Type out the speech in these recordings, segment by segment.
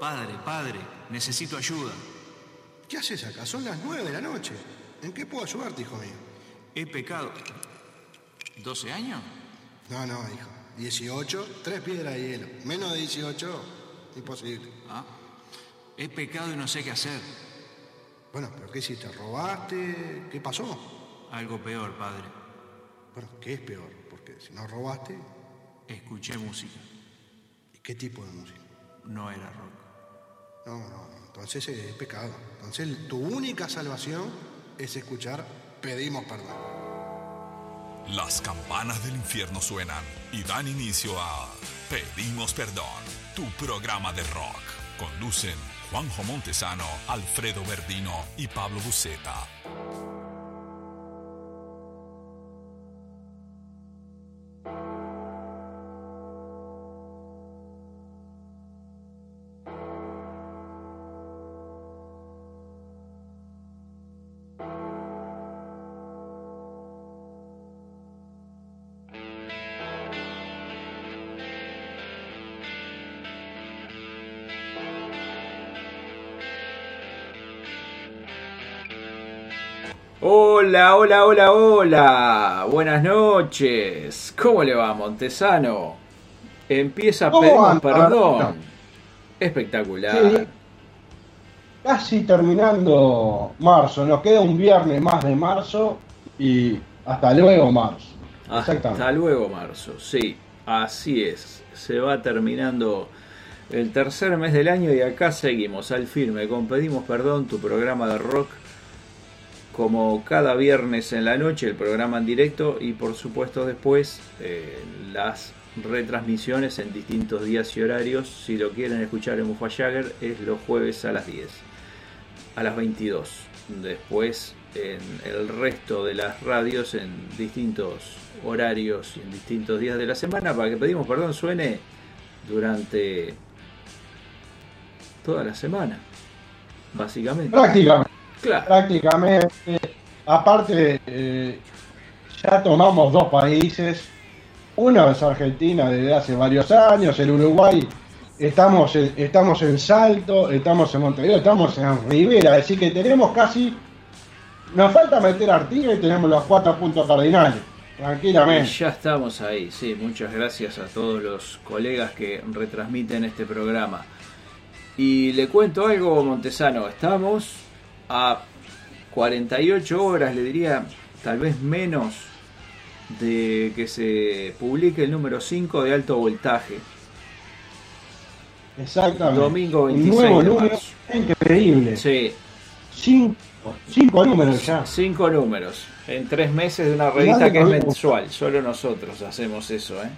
Padre, necesito ayuda. ¿Qué haces acá? Son las 9 de la noche. ¿En qué puedo ayudarte, hijo mío? He pecado. ¿12 años? No, hijo. 18, 3 piedras de hielo. Menos de 18, imposible. He pecado y no sé qué hacer. Bueno, ¿pero qué hiciste? ¿Robaste? ¿Qué pasó? Algo peor, padre. Bueno, ¿qué es peor? Porque si no robaste... Escuché música. ¿Y qué tipo de música? No era rock. No. Entonces es pecado. Entonces tu única salvación es escuchar Pedimos Perdón. Las campanas del infierno suenan y dan inicio a Pedimos Perdón, tu programa de rock. Conducen Juanjo Montesano, Alfredo Verdino y Pablo Buceta. Hola. Buenas noches. ¿Cómo le va, Montesano? Empieza Pedimos Perdón. Espectacular. Sí. Casi terminando marzo. Nos queda un viernes más de marzo y hasta luego marzo. Hasta luego marzo, sí. Así es. Se va terminando el tercer mes del año y acá seguimos al firme con Pedimos Perdón, tu programa de rock. Como cada viernes en la noche, el programa en directo y por supuesto después las retransmisiones en distintos días y horarios. Si lo quieren escuchar en Mufa Jagger es los jueves a las 10, a las 22. Después en el resto de las radios en distintos horarios y en distintos días de la semana para que Pedimos Perdón suene durante toda la semana, básicamente. Prácticamente. Aparte, ya tomamos dos países. Uno es Argentina desde hace varios años, el Uruguay. Estamos en Salto, estamos en Montevideo, estamos en Rivera. Así que tenemos casi... Nos falta meter Artigas y tenemos los 4 puntos cardinales. Tranquilamente. Y ya estamos ahí, sí. Muchas gracias a todos los colegas que retransmiten este programa. Y le cuento algo, Montesano. Estamos a 48 horas, le diría, tal vez menos, de que se publique el número 5 de Alto Voltaje. Exactamente. Domingo 26 un nuevo de número marzo. Increíble. Sí. 5 números ya. 5 números. En 3 meses de una revista que es mensual. Solo nosotros hacemos eso, ¿eh?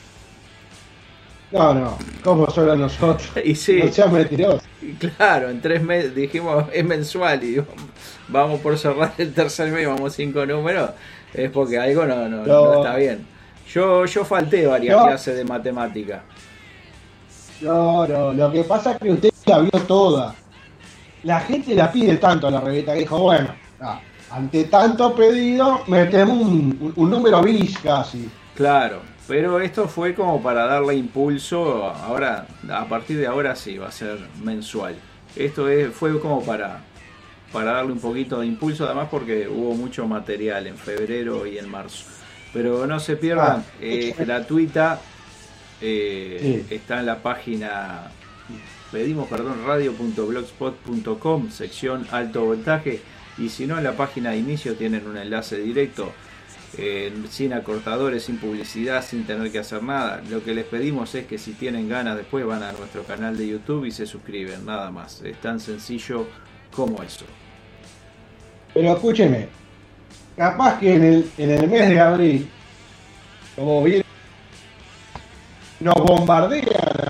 No, ¿cómo solo nosotros? Y sí, no seas mentiroso. Claro, en 3 meses dijimos es mensual y vamos por cerrar el tercer mes, vamos 5 números, es porque algo no está bien. Yo falté varias clases de matemática. No, lo que pasa es que usted la vio toda. La gente la pide tanto a la revista que dijo, bueno, ante tanto pedido, metemos un número bis casi. Claro. Pero esto fue como para darle impulso. Ahora, a partir de ahora sí, va a ser mensual. Esto fue como para darle un poquito de impulso, además porque hubo mucho material en febrero y en marzo. Pero no se pierdan, es gratuita. Sí. Está en la página pedimosperdonradio.blogspot.com, sección Alto Voltaje. Y si no, en la página de inicio tienen un enlace directo. Sin acortadores, sin publicidad, sin tener que hacer nada. Lo que les pedimos es que si tienen ganas después van a nuestro canal de YouTube y se suscriben, nada más. Es tan sencillo como eso. Pero escúcheme, capaz que en el mes de abril, como bien nos bombardean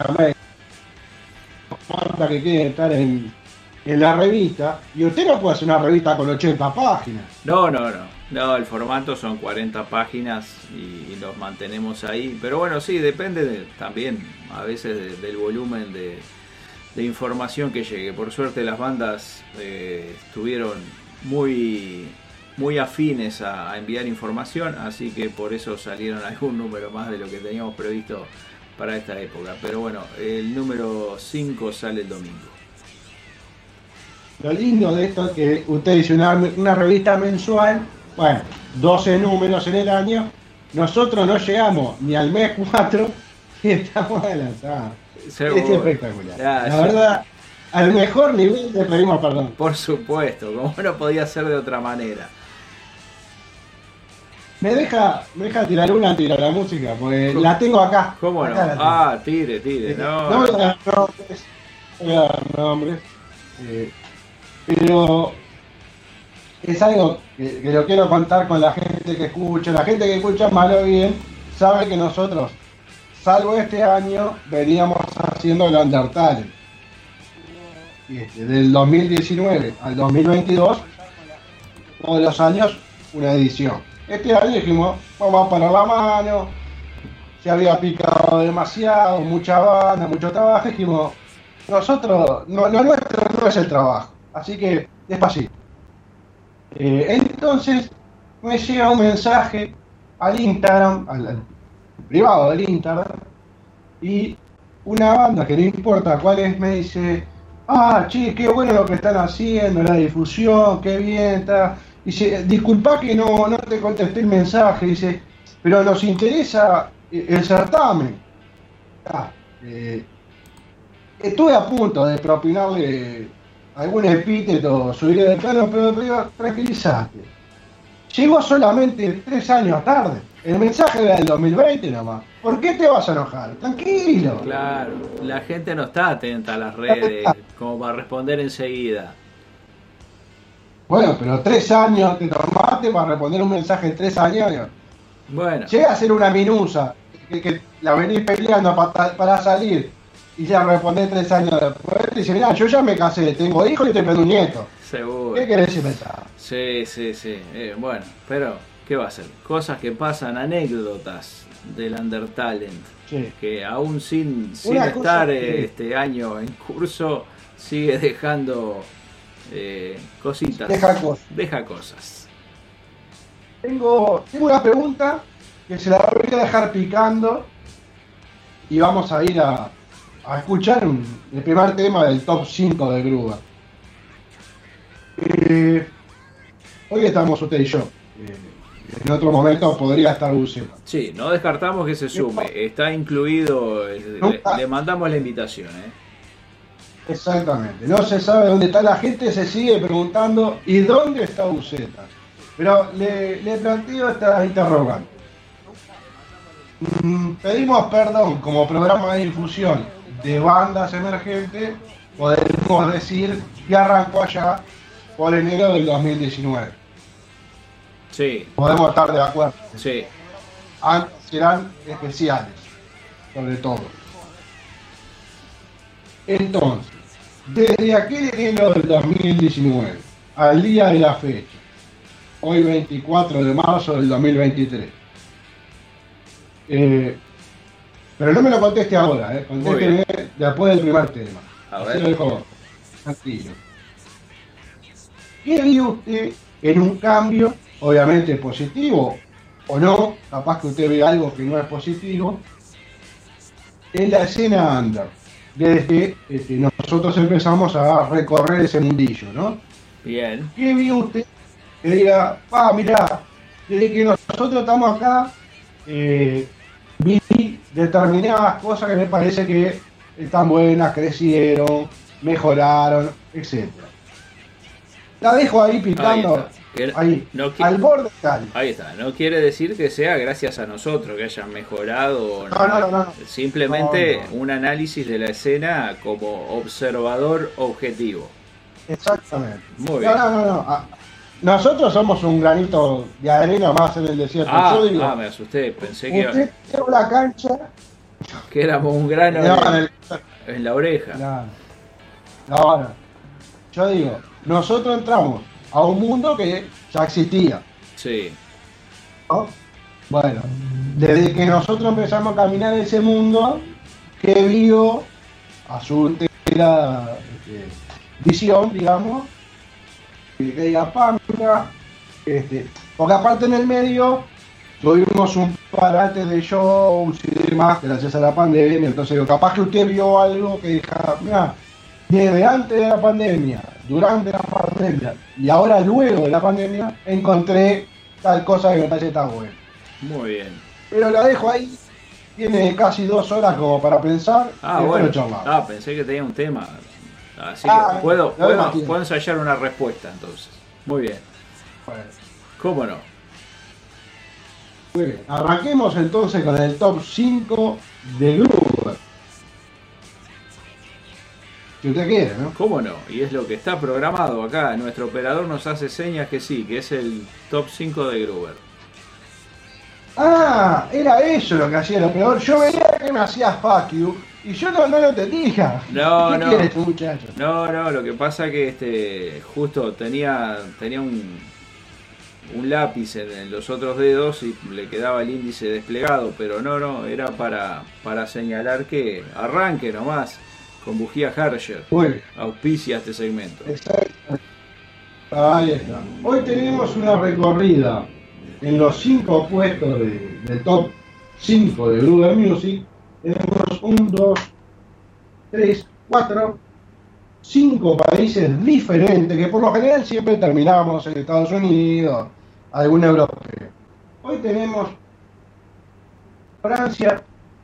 falta que quieren estar en la revista, y usted no puede hacer una revista con 80 páginas. No, el formato son 40 páginas y los mantenemos ahí. Pero bueno, sí, depende también a veces del volumen de información que llegue. Por suerte las bandas estuvieron muy afines a enviar información, así que por eso salieron algún número más de lo que teníamos previsto para esta época. Pero bueno, el número 5 sale el domingo. Lo lindo de esto es que usted dice una revista mensual, bueno, 12 números en el año, nosotros no llegamos ni al mes 4 y estamos adelantados. Es espectacular. La verdad, al mejor nivel le pedimos perdón. Por supuesto, como no podía ser de otra manera. Me deja tirar una antes de la música, porque la tengo acá. ¿Cómo acá no? Tire. No voy a dar nombres, pero es algo que lo quiero contar con la gente que escucha. La gente que escucha mal o bien sabe que nosotros, salvo este año, veníamos haciendo el Undertale. Del 2019 al 2022, todos los años una edición. Este año dijimos, vamos a parar la mano, se había picado demasiado, mucha banda, mucho trabajo, dijimos, nosotros, no nuestro no es el trabajo, así que despacito. Entonces me llega un mensaje al Instagram, al privado del Instagram, y una banda que no importa cuál es me dice, che, qué bueno lo que están haciendo, la difusión, qué bien, está. Dice, disculpa que no te contesté el mensaje, dice, pero nos interesa el certamen. Estuve a punto de propinarle algún epíteto, subirle de plano, pero tranquilizate. Llegó solamente 3 años tarde. El mensaje era del 2020 nomás. ¿Por qué te vas a enojar? Tranquilo. Claro, la gente no está atenta a las redes como para responder enseguida. Bueno, pero 3 años te tomaste para responder un mensaje en 3 años. Bueno. Llega a ser una minusa que la venís peleando para salir y ya respondés 3 años después. Y dice, mirá, yo ya me casé, tengo hijos y estoy esperando un nieto. Seguro. ¿Qué querés inventar? Sí. Bueno, pero ¿qué va a ser? Cosas que pasan, anécdotas del Undertalent. Sí. Que aún sin estar este año en curso, sigue dejando cositas. Deja cosas. Tengo una pregunta que se la voy a dejar picando y vamos a ir a escuchar el primer tema del top 5 de Gruber. Hoy estamos usted y yo. En otro momento podría estar Bucema. Sí, no descartamos que se sume. Está incluido. Le mandamos la invitación. Exactamente. No se sabe dónde está la gente, se sigue preguntando ¿y dónde está Buceta? Pero le planteo esta interrogante. Pedimos perdón como programa de difusión de bandas emergentes, podemos decir que arrancó allá por enero del 2019. Sí. Podemos estar de acuerdo. Sí. Antes eran especiales, sobre todo. Entonces, desde aquel enero del 2019 al día de la fecha, hoy 24 de marzo del 2023, pero no me lo conteste ahora, contésteme después del primer tema. A ver. ver. Lo dejo tranquilo. ¿Qué vio usted en un cambio, obviamente positivo o no, capaz que usted ve algo que no es positivo, en la escena under, desde que nosotros empezamos a recorrer ese mundillo, ¿no? Bien. ¿Qué vio usted que diga, mirá, desde que nosotros estamos acá, vi determinadas cosas que me parece que están buenas, crecieron, mejoraron, etcétera? La dejo ahí picando, ahí, al borde de Cali. Ahí está, no quiere decir que sea gracias a nosotros que hayan mejorado. No. Simplemente un análisis de la escena como observador objetivo. Exactamente. Muy bien. No. Nosotros somos un granito de arena más en el desierto. Yo digo, me asusté, pensé que tengo la cancha, que éramos un grano en la oreja. No. Yo digo, nosotros entramos a un mundo que ya existía. Sí. ¿No? Bueno, desde que nosotros empezamos a caminar en ese mundo, que vio a su entera visión, digamos, que diga, mira, porque aparte en el medio tuvimos un parate de shows y demás gracias a la pandemia. Entonces digo, capaz que usted vio algo que diga, mira, desde antes de la pandemia, durante la pandemia y ahora luego de la pandemia encontré tal cosa que me parece tan bueno. Muy bien. Pero la dejo ahí, tiene casi 2 horas como para pensar. Bueno. Pensé que tenía un tema. Así que puedo ensayar una respuesta entonces. Muy bien. Bueno. ¿Cómo no? Muy bien. Arranquemos entonces con el top 5 de Gruber. Si usted quiere, ¿no? ¿Cómo no? Y es lo que está programado acá. Nuestro operador nos hace señas que sí, que es el top 5 de Gruber. Ah, era eso lo que hacía el operador. Yo veía que me hacía fuck you y yo no lo entendía. No, ¿Qué quiere este muchacho? No, lo que pasa que justo tenía un lápiz en los otros dedos y le quedaba el índice desplegado, pero no, era para señalar que arranque nomás con bujía Herrscher. Auspicia este segmento. Exacto. Ahí está. Hoy tenemos una recorrida en los 5 puestos del top 5 de Gruber Music. Tenemos 1, 2, 3, 4, 5 países diferentes que por lo general siempre terminamos en Estados Unidos, algún europeo. Hoy tenemos Francia,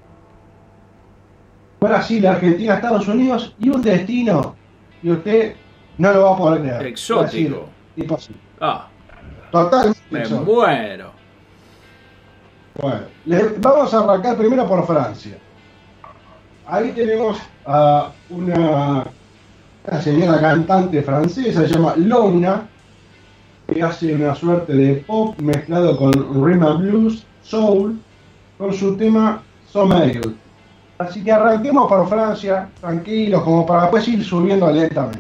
Brasil, Argentina, Estados Unidos y un destino y usted no lo va a poder creer. Exótico. Imposible. Totalmente. Me muero. Bueno, vamos a arrancar primero por Francia. Ahí tenemos a una señora cantante francesa, se llama Lona, que hace una suerte de pop mezclado con rhythm and blues, soul, con su tema Sommeil. Así que arranquemos por Francia, tranquilos, como para después ir subiendo lentamente.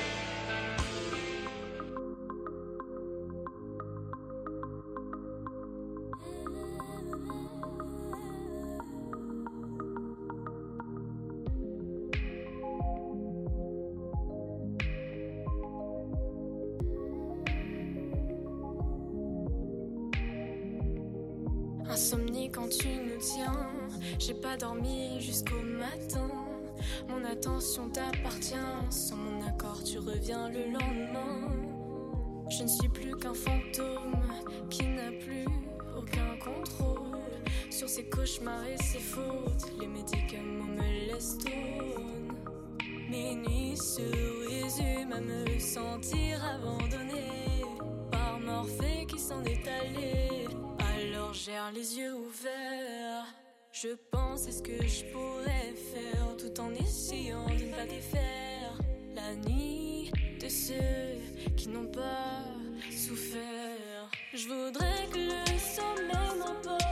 Insomnie quand tu nous tiens, j'ai pas dormi jusqu'au matin. Mon attention t'appartient, sans mon accord tu reviens le lendemain. Je ne suis plus qu'un fantôme qui n'a plus aucun contrôle sur ses cauchemars et ses fautes. Les médicaments me laissent stone. Mes nuits se résument à me sentir abandonnée par Morphée qui s'en est allé. Alors j'ai les yeux ouverts, je pense à ce que je pourrais faire tout en essayant de ne pas défaire la nuit de ceux qui n'ont pas souffert. Je voudrais que le sommeil m'emporte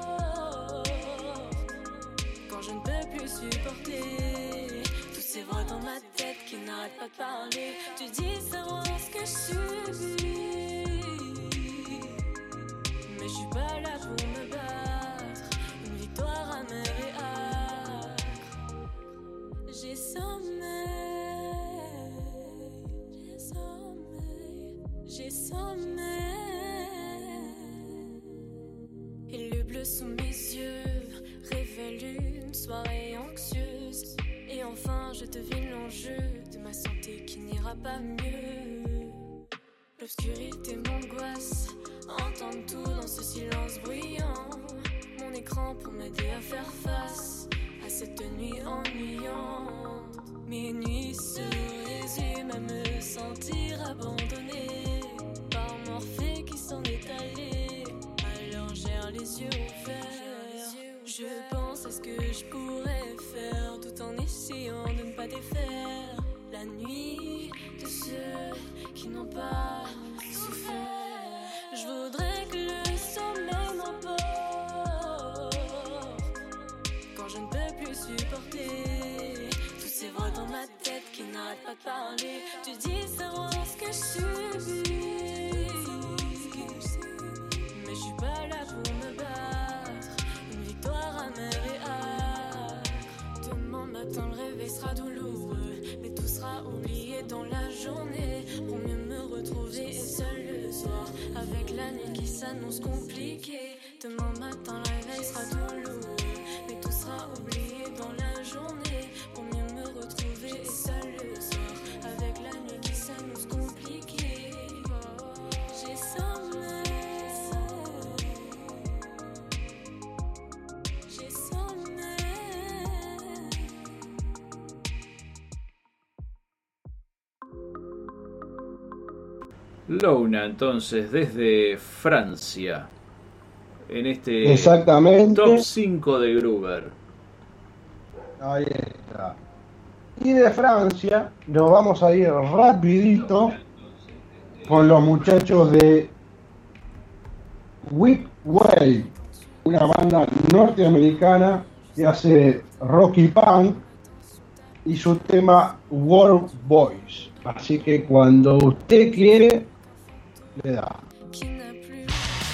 quand je ne peux plus supporter toutes ces voix dans ma tête qui n'arrêtent pas de parler. Tu dis savoir ce que je subis, mais je suis pas là pour me battre. Une victoire amère et âcre. J'ai sommeil, j'ai sommeil, j'ai sommeil. Et le bleu sous mes yeux révèle une soirée anxieuse. Et enfin je devine l'enjeu de ma santé qui n'ira pas mieux. L'obscurité m'angoisse, entendre tout dans ce silence bruyant. Mon écran pour m'aider à faire face à cette nuit ennuyante. Mes nuits se résument à me sentir abandonnée par Morphée qui s'en est allé. Alors j'ai les yeux ouverts, je pense à ce que je pourrais faire tout en essayant de ne pas défaire la nuit de ceux qui n'ont pas souffert. Je voudrais que le sommeil m'emporte quand je ne peux plus supporter toutes ces voix dans ma tête qui n'arrêtent pas de parler. Tu dis savoir ce que je subis, mais je suis pas là pour me battre. Une victoire amère et âcre. Demain matin le réveil sera douloureux, mais tout sera oublié dans la journée. Pour mieux me retrouver seul le soir, avec la nuit qui s'annonce compliquée. demain matin le réveil sera douloureux, mais tout sera oublié dans la journée, pour mieux me retrouver et seul le soir, avec la nuit qui s'annonce compliquée. J'ai sommeil, j'ai sommeil. Louna, entonces, desde Francia, en este Exactamente. top 5 de Gruber. Ahí está. Y de Francia nos vamos a ir rapidito con los muchachos de Whipwell, una banda norteamericana que hace rock y punk, y su tema World Boys. Así que cuando usted quiere, le da. Qui n'a plus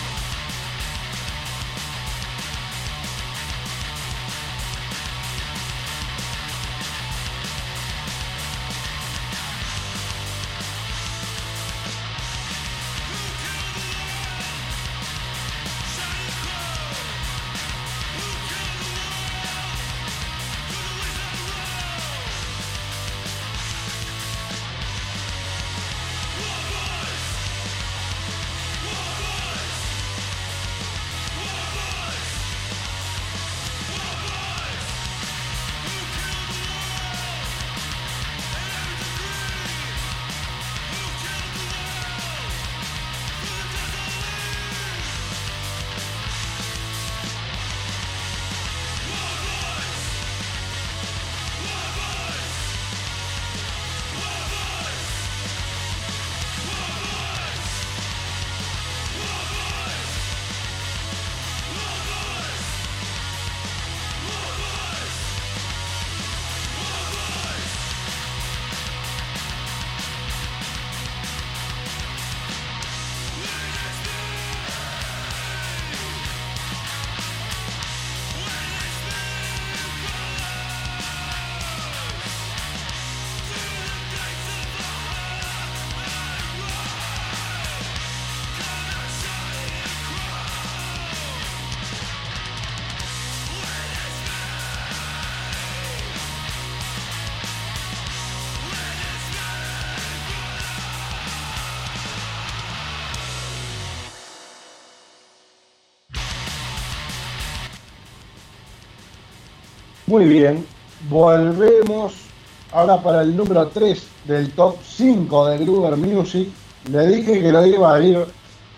Muy bien, volvemos ahora para el número 3 del top 5 de Gruber Music. Le dije que lo iba a ir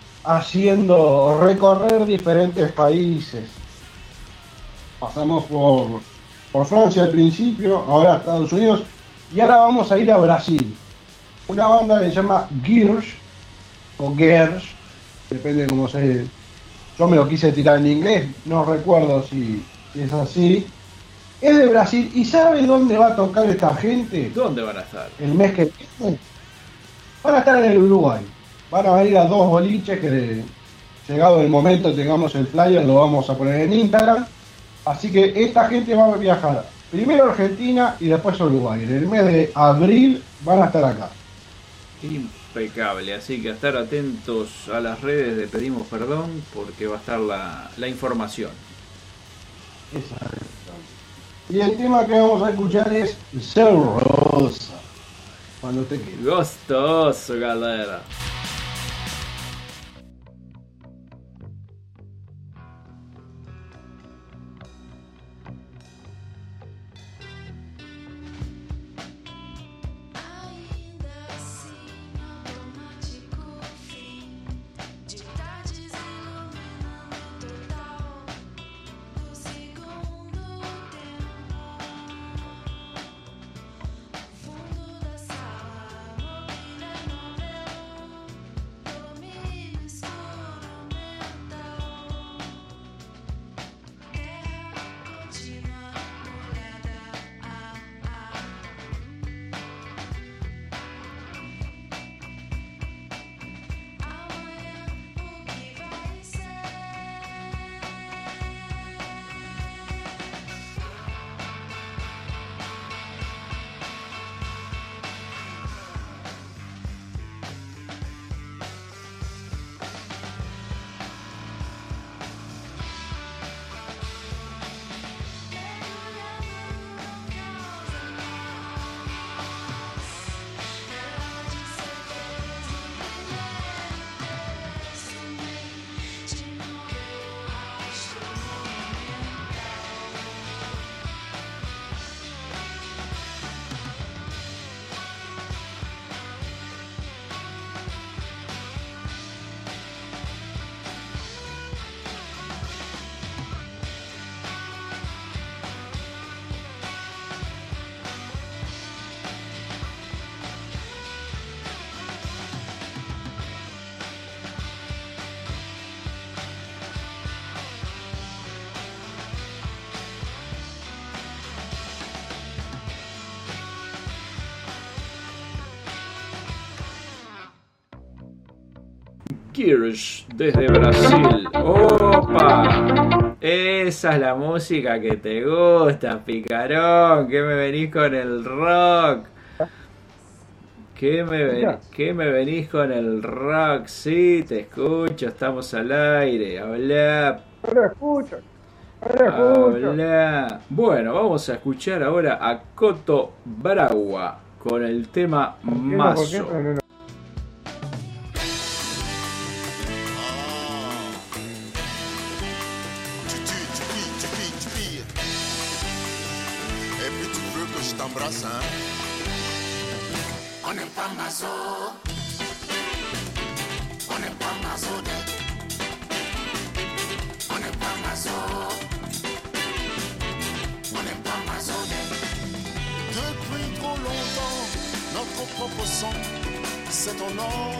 haciendo recorrer diferentes países. Pasamos por Francia al principio, ahora Estados Unidos, y ahora vamos a ir a Brasil. Una banda que se llama Girls, o Girls, depende de cómo se... Yo me lo quise tirar en inglés, no recuerdo si es así. Es de Brasil, ¿y sabe dónde va a tocar esta gente? ¿Dónde van a estar? El mes que viene. Van a estar en el Uruguay. Van a ir a 2 boliches que, llegado el momento, tengamos el flyer, lo vamos a poner en Instagram. Así que esta gente va a viajar primero a Argentina y después a Uruguay. En el mes de abril van a estar acá. Impecable, así que a estar atentos a las redes de Pedimos Perdón, porque va a estar la información. Exacto. Y el tema que vamos a escuchar es Ser Rosa. Cuando te quiera. Gostoso, galera. Kirsch desde Brasil. ¡Opa! Esa es la música que te gusta, picarón. ¿Qué me venís con el rock? ¿Qué me venís con el rock? Sí, te escucho, estamos al aire. Habla. No escucho. Habla. Bueno, vamos a escuchar ahora a Coto Bragua con el tema Mazo. On n'aime pas Mazo. On n'aime pas Mazo. On n'aime pas Mazo. On n'aime pas Mazo. Depuis trop longtemps, notre propre sang, c'est ton nom.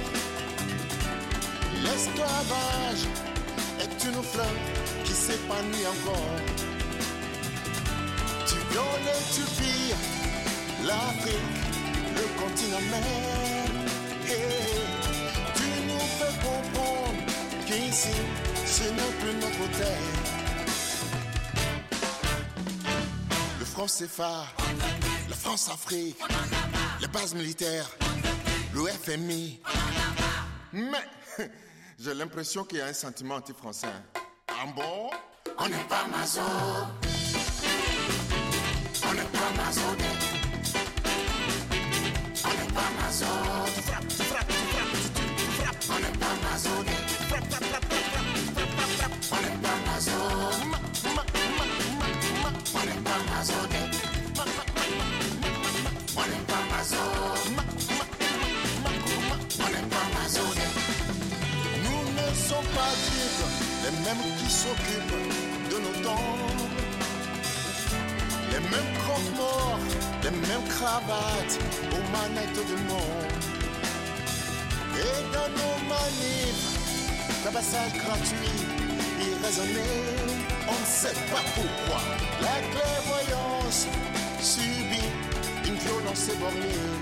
L'esclavage est une fleur qui s'épanouit encore. Tu violes et tu pilles l'Afrique, le continent même. Tu nous fais comprendre qu'ici, ce n'est plus notre terre. Le franc CFA, la France-Afrique, les bases militaires, le FMI. Mais j'ai l'impression qu'il y a un sentiment anti-français. Ah bon? On n'est pas Mazo. On n'est pas Mazo. On n'est pas Mazo. Tu frappes, tu frappes, tu frappes, tu frappes. On n'est pas Mazo. Frappe, frappe, frappe, frappe, frappe, frappe. On n'est pas Mazo. On n'est pas Mazo. On n'est pas Mazo. On n'est pas Mazo. Nous ne sommes pas dupes, les mêmes qui s'occupent de nos tombes. Les mêmes croque-morts, les mêmes cravates aux manettes du monde. Et dans nos manifs, tabassage gratuit, irraisonné, on ne sait pas pourquoi. La clairvoyance subit une violence éborgnée.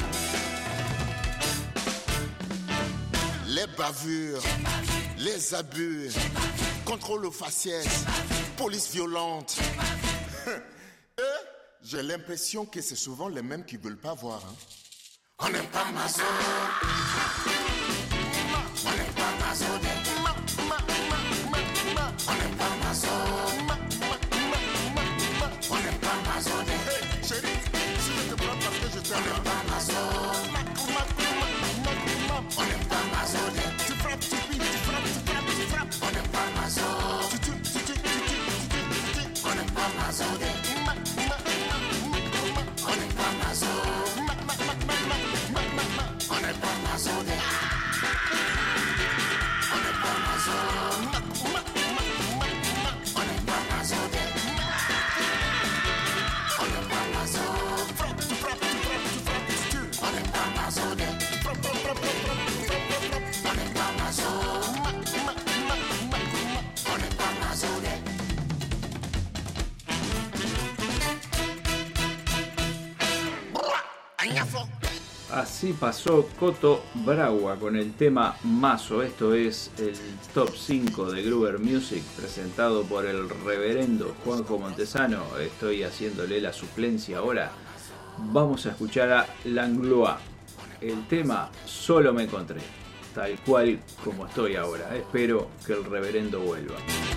Les bavures, les abus, contrôle aux faciès, police violente. J'ai l'impression que c'est souvent les mêmes qui veulent pas voir. Hein. On n'aime pas Mazo. On n'aime pas Mazo. On n'aime pas Mazo. On n'aime pas Mazo. Hey, chérie, si je te prends parce que je t'aime. On n'aime pas Mazo. On n'aime pas Mazo. Tu frappes, tu piques, tu frappes, tu frappes, tu frappes. On n'aime pas Mazo. On n'aime pas Mazo. On n'est pas Mazo. On n'est pas Mazo. On n'est pas Mazo. On n'est pas Mazo. On n'est pas Mazo. Frappe, tu frappes, tu frappes, tu frappes, tu tues. On n'est pas Mazo. Frappe, frappe, frappe, frappe, frappe, frappe. On n'est pas Mazo. On n'est pas Mazo. Así pasó Coto Bragua con el tema Mazo. Esto es el Top 5 de Groover Music, presentado por el reverendo Juanjo Montesano. Estoy haciéndole la suplencia ahora. Vamos a escuchar a Langlois. El tema Solo me encontré, tal cual como estoy ahora. Espero que el reverendo vuelva.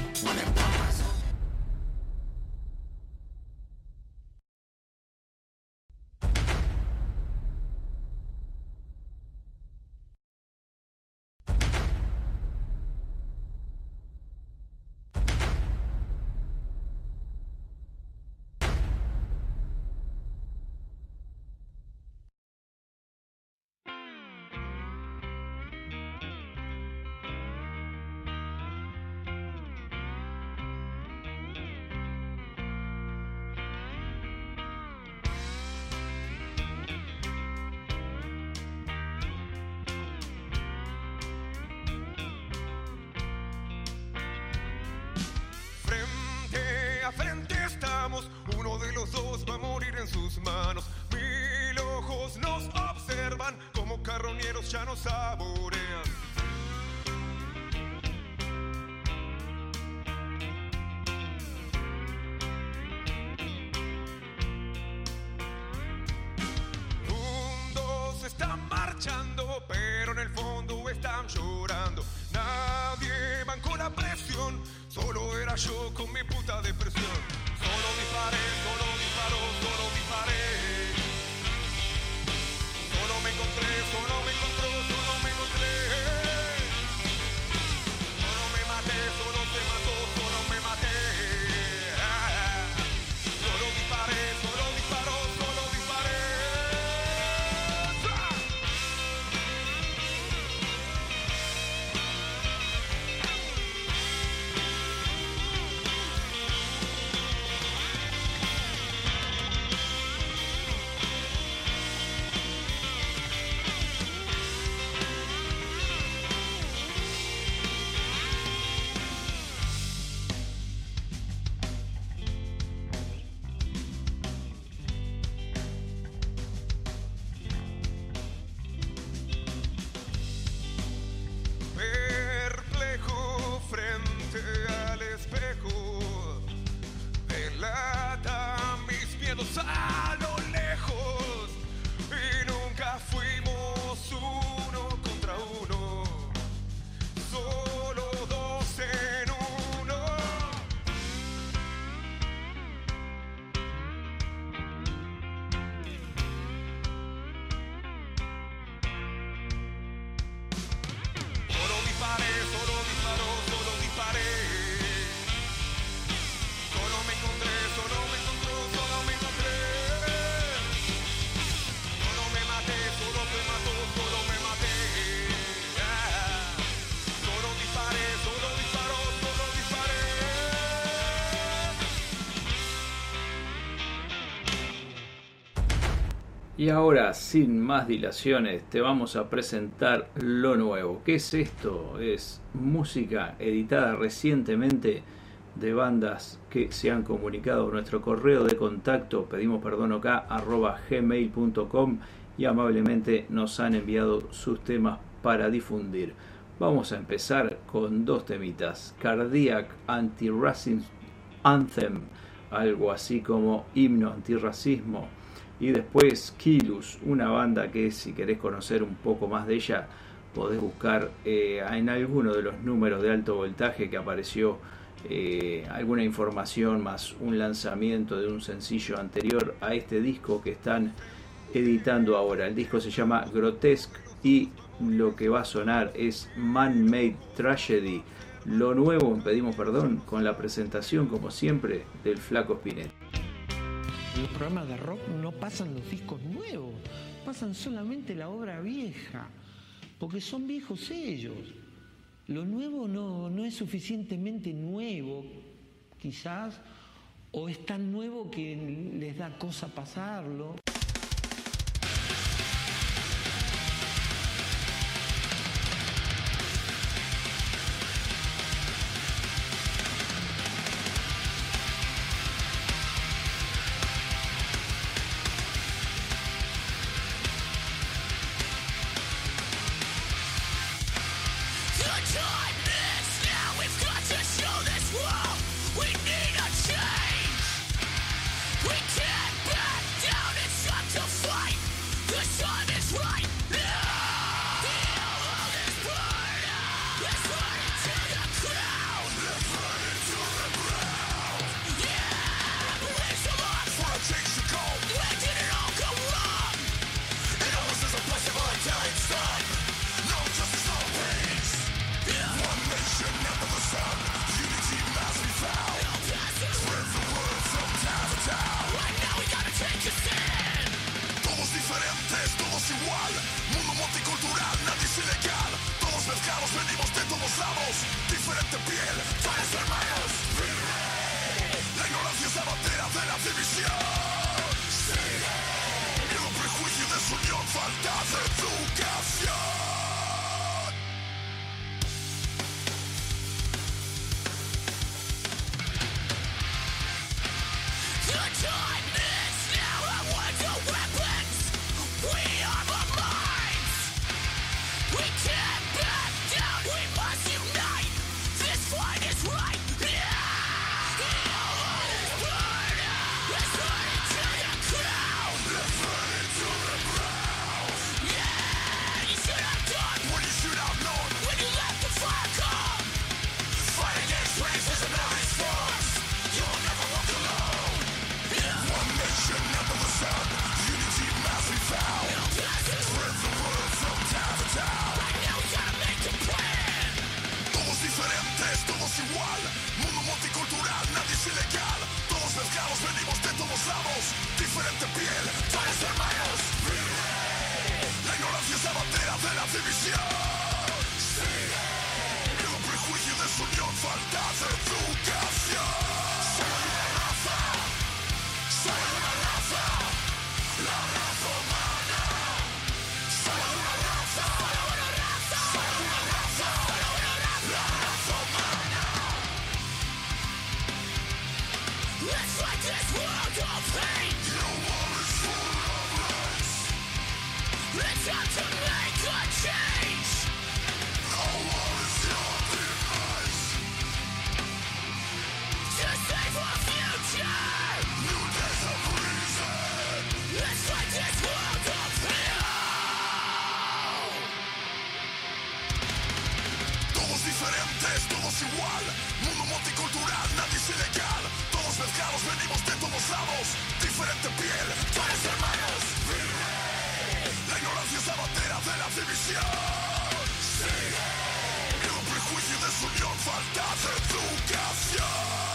Uno de los dos va a morir en sus manos. 1000 ojos nos observan como carroñeros ya nos saborean. pero en el fondo están llorando. Nadie bancó la presión, solo era yo con mi puta depresión. Solo disparé, solo disparó, solo disparé. Solo me encontré, solo me encontró, solo me encontré. Solo me maté, solo se mató, solo me maté. Solo disparé, solo disparó, solo disparé. Perplejo frente al espejo, delata mis miedos a lo lejos, y nunca fuimos uno contra uno, solo dos en uno. Solo disparé, solo disparó, solo disparé. Solo me encontré, solo me encontró, solo me encontré. Solo me maté, solo se mató, solo me maté. Solo disparé, solo disparó, solo disparé. Y ahora, sin más dilaciones, te vamos a presentar lo nuevo. ¿Qué es esto? Es música editada recientemente de bandas que se han comunicado a nuestro correo de contacto, pedimosperdonok@gmail.com, y amablemente nos han enviado sus temas para difundir. Vamos a empezar con dos temitas: Cardiac Anti-Racism Anthem, algo así como himno antirracismo, y después Kilus, una banda que, si querés conocer un poco más de ella, podés buscar en alguno de los números de alto voltaje que apareció alguna información más un lanzamiento de un sencillo anterior a este disco que están editando ahora. El disco se llama Grotesque y lo que va a sonar es Man-Made Tragedy. Lo nuevo, pedimos perdón, con la presentación, como siempre, del Flaco Spinetta. Los programas de rock no pasan los discos nuevos, pasan solamente la obra vieja, porque son viejos ellos. Lo nuevo no es suficientemente nuevo, quizás, o es tan nuevo que les da cosa pasarlo. Yeah, you should diferente piel, pares hermanos. La ignorancia es la bandera de la división. Miedo, prejuicio y desunión, falta de educación. Soy una raza, soy una raza, la raza humana. Soy una raza, soy una raza, soy una raza, la raza humana. Let's fight this world of pain. Your war is full of lies. It's time to make a change. Our war is your demise. To save our future. New days of reason. Let's fight this world of fear. Todos diferentes, todos igual. Mundo multicultural, nadie es ilegal. Todos mezclados, venimos de todos lados. Diferente piel, pares hermanos. La ignorancia es la bandera de la división. Miedo, prejuicio y desunión, falta de educación.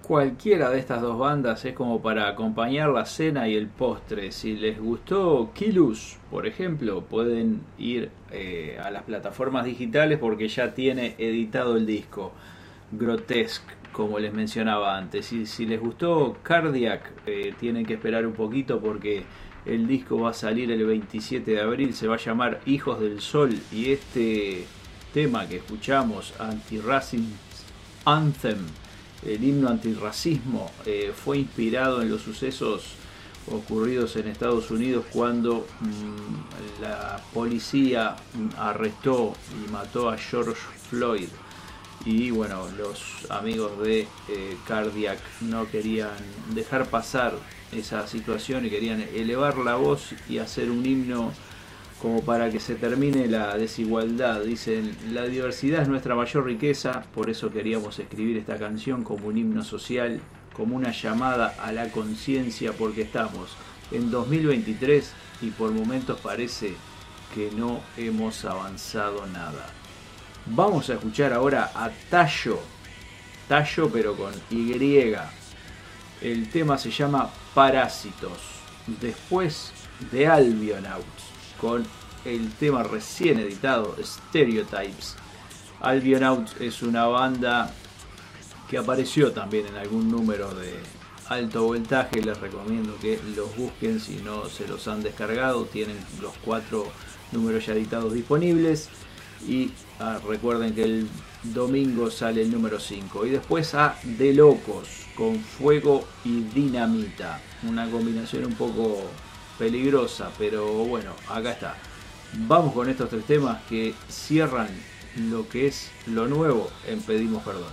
Cualquiera de estas dos bandas es como para acompañar la cena y el postre. Si les gustó Killus, por ejemplo, pueden ir a las plataformas digitales porque ya tiene editado el disco Grotesque, como les mencionaba antes. Y si les gustó Cardiac, tienen que esperar un poquito porque el disco va a salir el 27 de abril, se va a llamar Hijos del Sol, y este tema que escuchamos, Anti-Racism Anthem, el himno antirracismo, fue inspirado en los sucesos ocurridos en Estados Unidos cuando la policía arrestó y mató a George Floyd. Y bueno, los amigos de Cardiac no querían dejar pasar esa situación y querían elevar la voz y hacer un himno como para que se termine la desigualdad. Dicen, la diversidad es nuestra mayor riqueza, por eso queríamos escribir esta canción como un himno social, como una llamada a la conciencia, porque estamos en 2023 y por momentos parece que no hemos avanzado nada. Vamos a escuchar ahora a Tallo pero con Y. El tema se llama Parásitos. Después de Albionauts, con el tema recién editado Stereotypes. Albionauts es una banda que apareció también en algún número de Alto Voltaje. Les recomiendo que los busquen si no se los han descargado. Tienen los 4 números ya editados disponibles. Y recuerden que el domingo sale el número 5. Y después a De Locos, con Fuego y Dinamita. Una combinación un poco peligrosa, pero bueno, acá está. Vamos con estos 3 temas que cierran lo que es lo nuevo en Pedimos Perdón.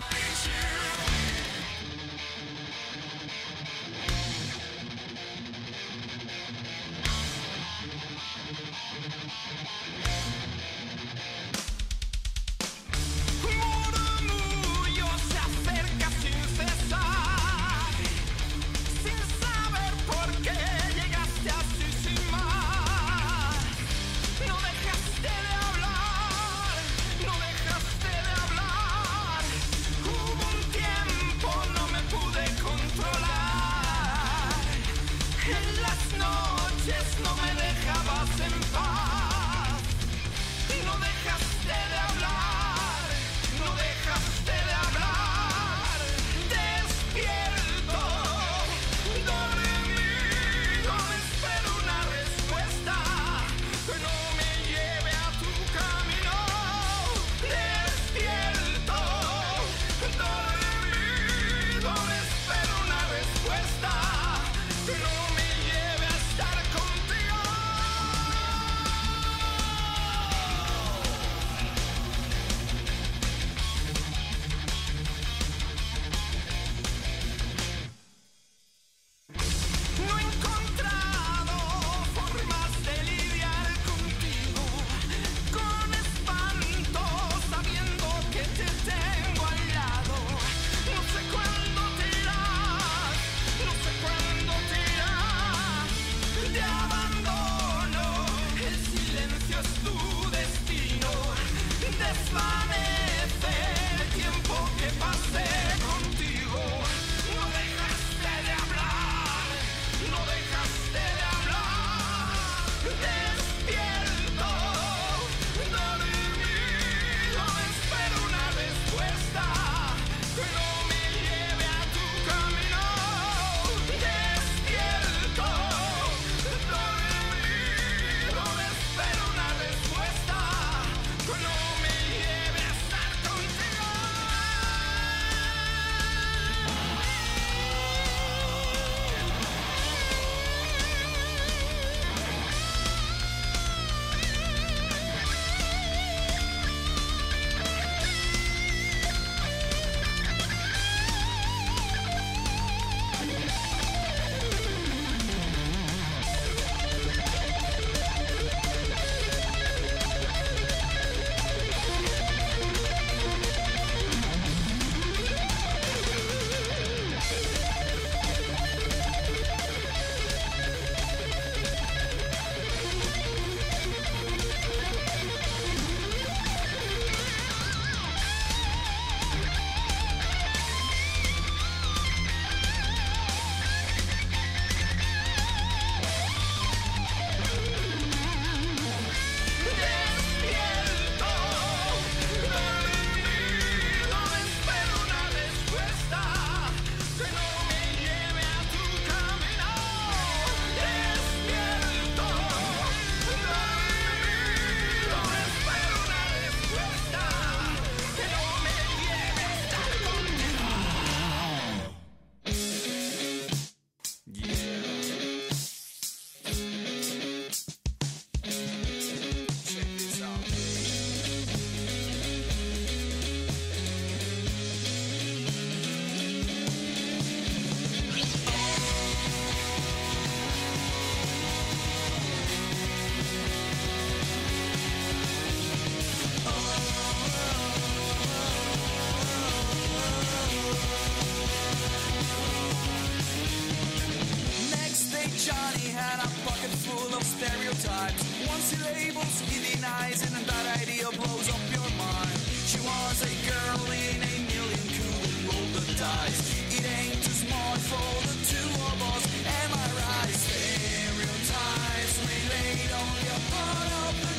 Johnny had a pocket full of stereotypes. Once he labels, he denies, and that idea blows up your mind. She was a girl in a million, couldn't roll the dice. It ain't too small for the two of us, am I right? Stereotypes relate only a part of the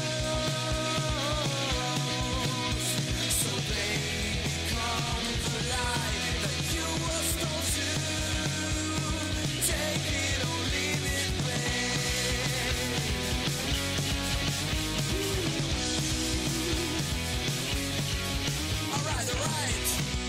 truth. So they become the lie that you were told to. Take it or leave it, babe. Alright, alright.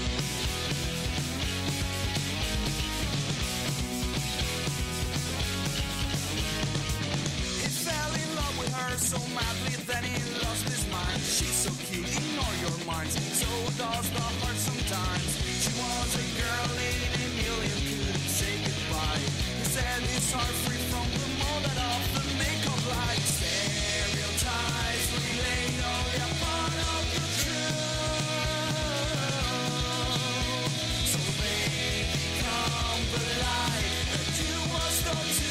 He fell in love with her so madly that he lost his mind. She's so cute, ignore your minds. So does the heart sometimes. She was a girl in a million, couldn't say goodbye. He said his heart free from the mold of the makeup light. Stereotypes relate only a part of the truth. So they become the lie that you was told to.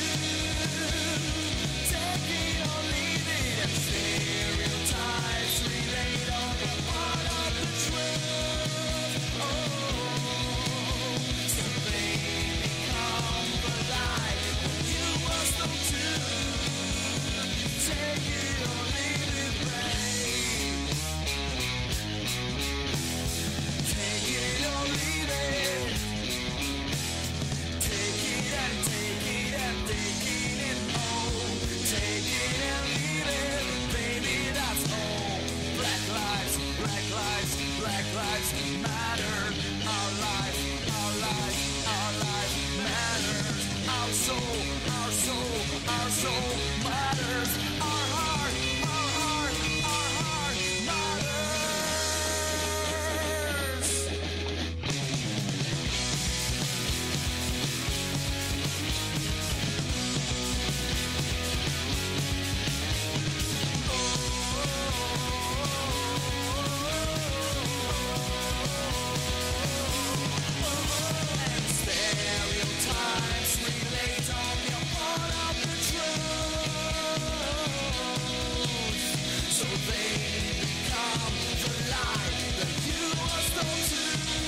Take it or leave it, and stereotypes relate only a part of the truth. Oh, so they become the lie that you was told to. Take it or leave it, babe. Take it or leave it. Take it and take it and take it and oh, take it and leave it, baby, that's all. Black lives matter. Our life matters. Our soul matters. Our heart matters. And stereotypes relate only a part of the truth. So they become the lie that you was told to.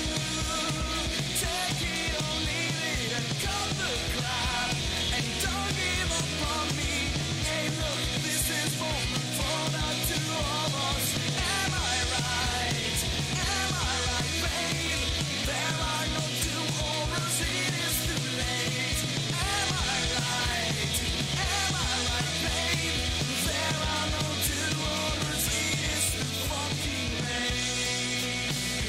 Take it or leave it and cut the crap. And don't give up on me. Hey look, this is for the two of us. Am I right? Am I right, babe? There are no do-overs, it is too late. Am I right? Am I right, babe? There are no do-overs, it is too fucking late.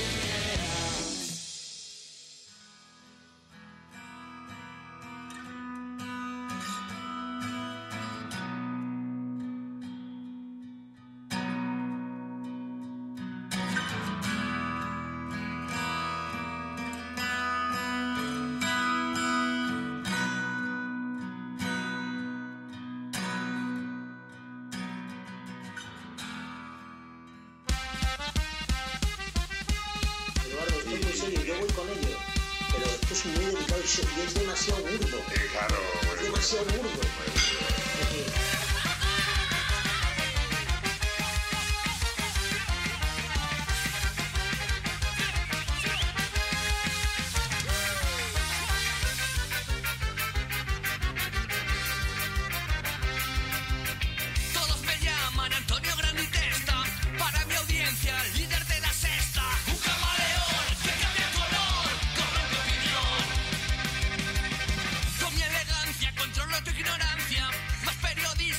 Eduardo, estoy muy serio, yo voy con ello. Pero esto es muy delicado y es demasiado burdo. Claro, Es demasiado burdo. Todos me llaman Antonio Grande y Testa. Para mi audiencia, líder de la sexta. Un camaleón que cambia color, corrompe opinión. Con mi elegancia controlo tu ignorancia. Más periodistas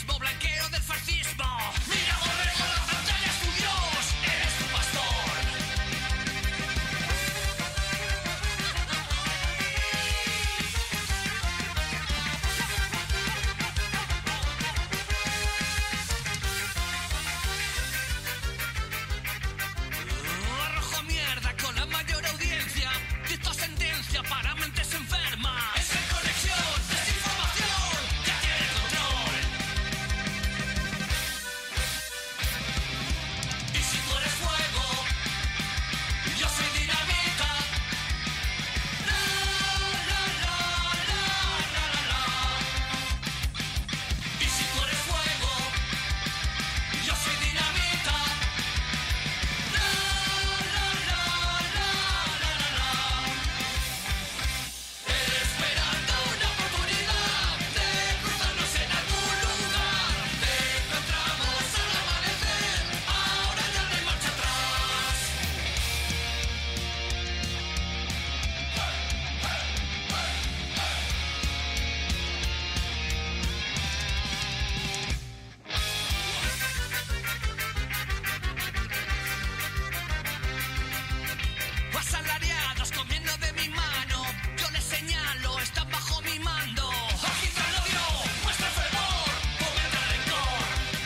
asalariados comiendo de mi mano. Yo les señalo, están bajo mi mando. Agita el odio, muestra fervor, fomenta el rencor.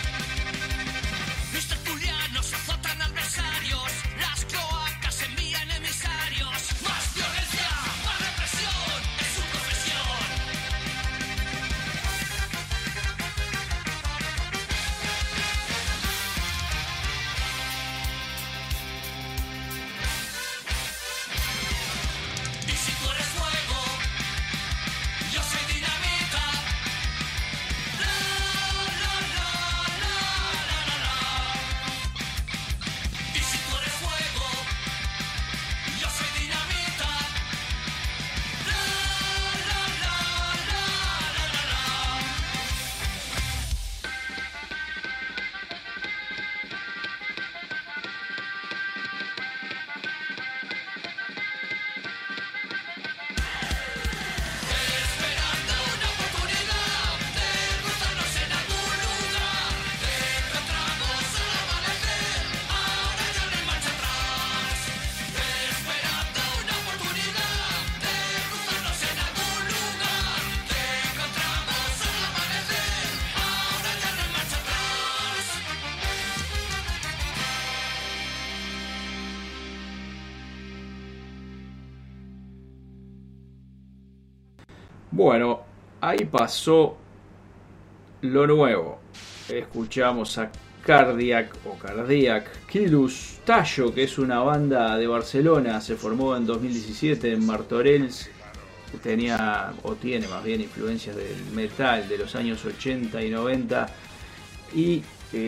Mis tertulianos azotan adversarios, las cloacas envían emisarios. Más violencia, más represión, es su profesión. Y si tú eres fuego, yo soy dinamita. La, la, la, la, la, la, la. Y si tú eres fuego, yo soy dinamita. La, la, la, la, la, la, la. Esperando una oportunidad de cruzarnos en algún lugar. Te encontramos al amanecer, ahora ya no hay marcha atrás. Esperando una oportunidad de cruzarnos en algún lugar. Te encontramos al amanecer, ahora ya no hay marcha atrás. Bueno, ahí pasó lo nuevo. Escuchamos a Cardiac Killus Tallo, que es una banda de Barcelona, se formó en 2017 en Martorells. Tenía, o tiene más bien, influencias del metal de los años 80 y 90. Y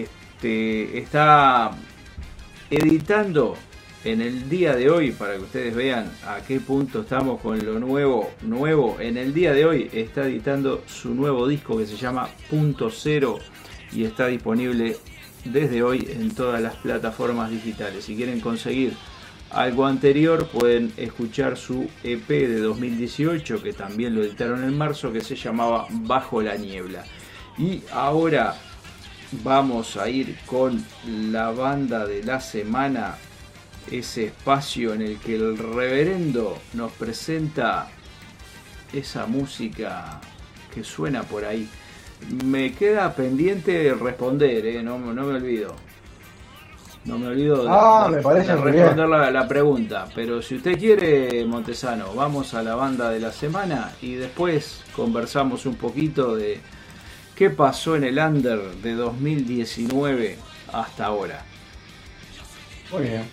está editando en el día de hoy, para que ustedes vean a qué punto estamos con lo nuevo. En el día de hoy está editando su nuevo disco que se llama Punto Cero y está disponible desde hoy en todas las plataformas digitales. Si quieren conseguir algo anterior, pueden escuchar su EP de 2018, que también lo editaron en marzo, que se llamaba Bajo la Niebla. Y ahora vamos a ir con la banda de la semana, ese espacio en el que el reverendo nos presenta esa música que suena por ahí. Me queda pendiente responder, no me olvido. No me olvido me parece de responder la pregunta. Pero si usted quiere, Montesano, vamos a la banda de la semana y después conversamos un poquito de qué pasó en el Under de 2019 hasta ahora. Muy bien.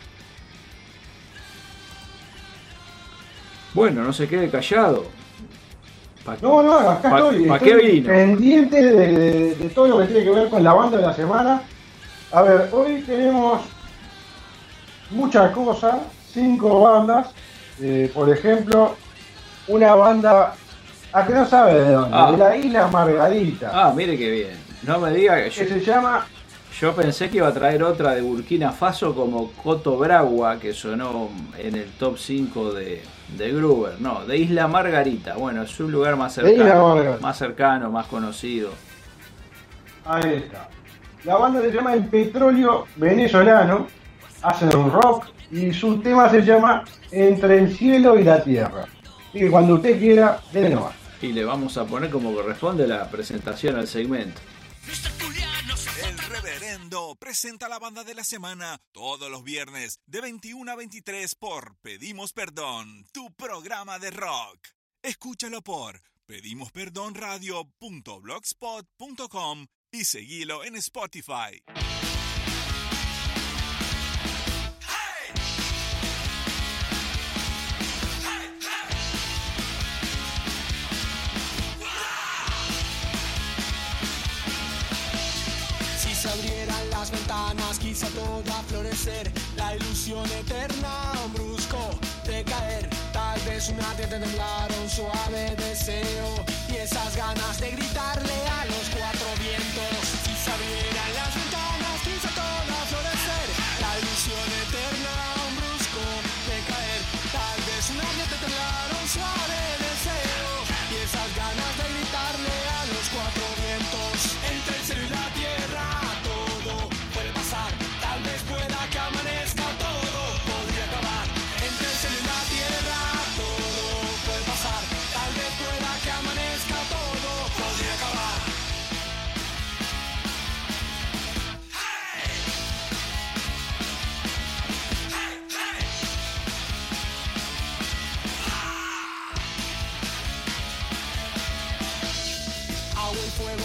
Bueno, no se quede callado. No, acá estoy. ¿Para qué vino? Pendiente de todo lo que tiene que ver con la banda de la semana. A ver, hoy tenemos muchas cosas, 5 bandas. Por ejemplo, una banda a que no sabe de dónde, de la Isla Margarita. Mire qué bien. No me diga que se llama. Yo pensé que iba a traer otra de Burkina Faso como Coto Bragua, que sonó en el top 5 de Gruber. No, de Isla Margarita. Bueno, es un lugar más cercano, más conocido. Ahí está. La banda se llama El Petróleo Venezolano. Hacen un rock y su tema se llama Entre el Cielo y la Tierra. Así que cuando usted quiera, denle nomás. Y le vamos a poner como corresponde la presentación al segmento. El Reverendo presenta la banda de la semana todos los viernes de 21 a 23 por Pedimos Perdón, tu programa de rock. Escúchalo por pedimosperdonradio.blogspot.com y seguilo en Spotify. Se abrieran las ventanas, quizá todo a florecer, la ilusión eterna, un brusco de caer, tal vez una te temblar, un suave deseo y esas ganas de gritarle a los cuatro vientos. Si se abrieran las ventanas, quizá todo a florecer, la ilusión eterna, un brusco de caer, tal vez una te temblar, un suave deseo y esas ganas de gritarle a los cuatro vientos. Entre el cielo y la tierra puede pasar, tal vez pueda que amanezca, todo podría acabar.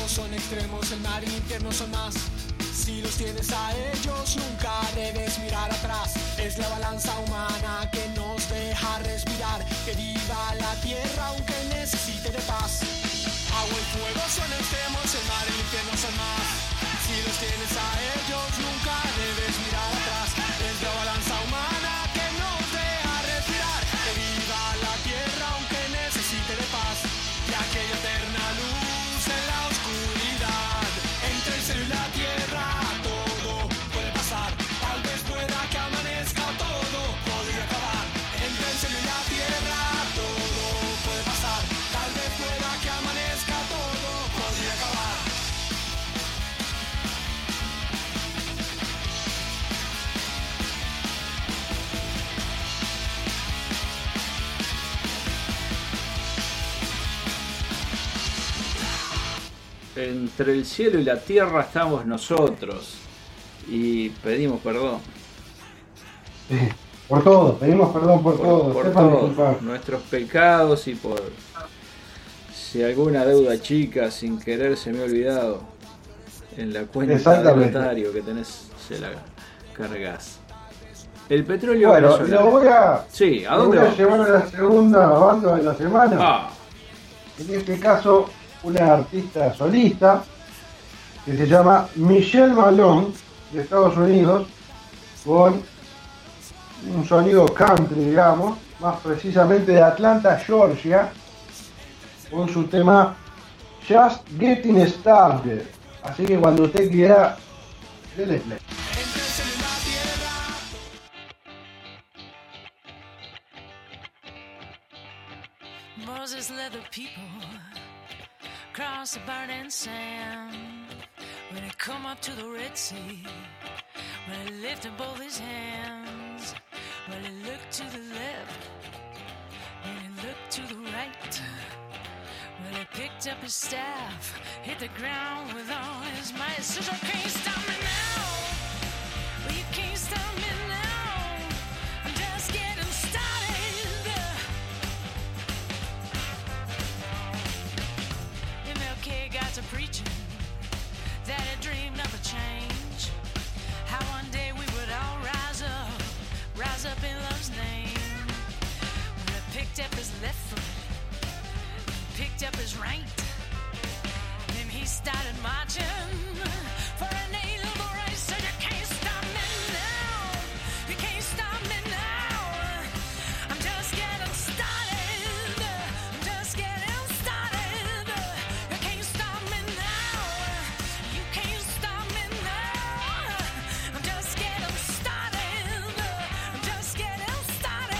son extremos, el mar y el infierno son más. Si los tienes a ellos, nunca debes mirar atrás. Es la balanza humana que nos deja respirar. Que viva la tierra aunque necesite de paz. Agua y fuego son extremos, el mar y el infierno son más. Si los tienes a ellos, nunca debes mirar atrás. Es la balanza humana que nos deja respirar. Que viva la tierra aunque necesite de paz. Y aquella eterna luz en la oscuridad. Entre el cielo y la tierra todo puede pasar. Tal vez pueda que amanezca o todo podría acabar. Entre el cielo y la tierra todo puede pasar. Tal vez pueda que amanezca todo podría acabar. Entre el cielo y la tierra estamos nosotros y pedimos perdón. Sí, por todo, pedimos perdón por todo. Por Sepan todos disculpar. nuestros pecados y por si alguna deuda chica sin querer se me ha olvidado en la cuenta del Exactamente. notario que tenés, se la cargas. El petróleo Bueno, venezolano. lo voy a, Sí, ¿a lo dónde voy a vamos? llevar a la segunda banda de la semana. Ah, En este caso, una artista solista que se llama Michelle Malone, de Estados Unidos, con un sonido country, digamos, más precisamente de Atlanta, Georgia, con su tema Just Getting Started. Así que cuando usted quiera, dele play. Moses led the people across the burning sand. When he come up to the Red Sea, when he lifted both his hands, when he looked to the left, when he looked to the right, when he picked up his staff, hit the ground with all his might. Said, you can't stop me now. Well, you can't stop me now. I'm just getting started. MLK got to preaching that he dreamed of a change. How one day we would all rise up in love's name. When he picked up his left foot, picked up his right, then he started marching for an inalienable right. Said you can't stop me now, you can't stop me now. I'm just getting started, I'm just getting started. You can't stop me now, you can't stop me now. I'm just getting started, I'm just getting started.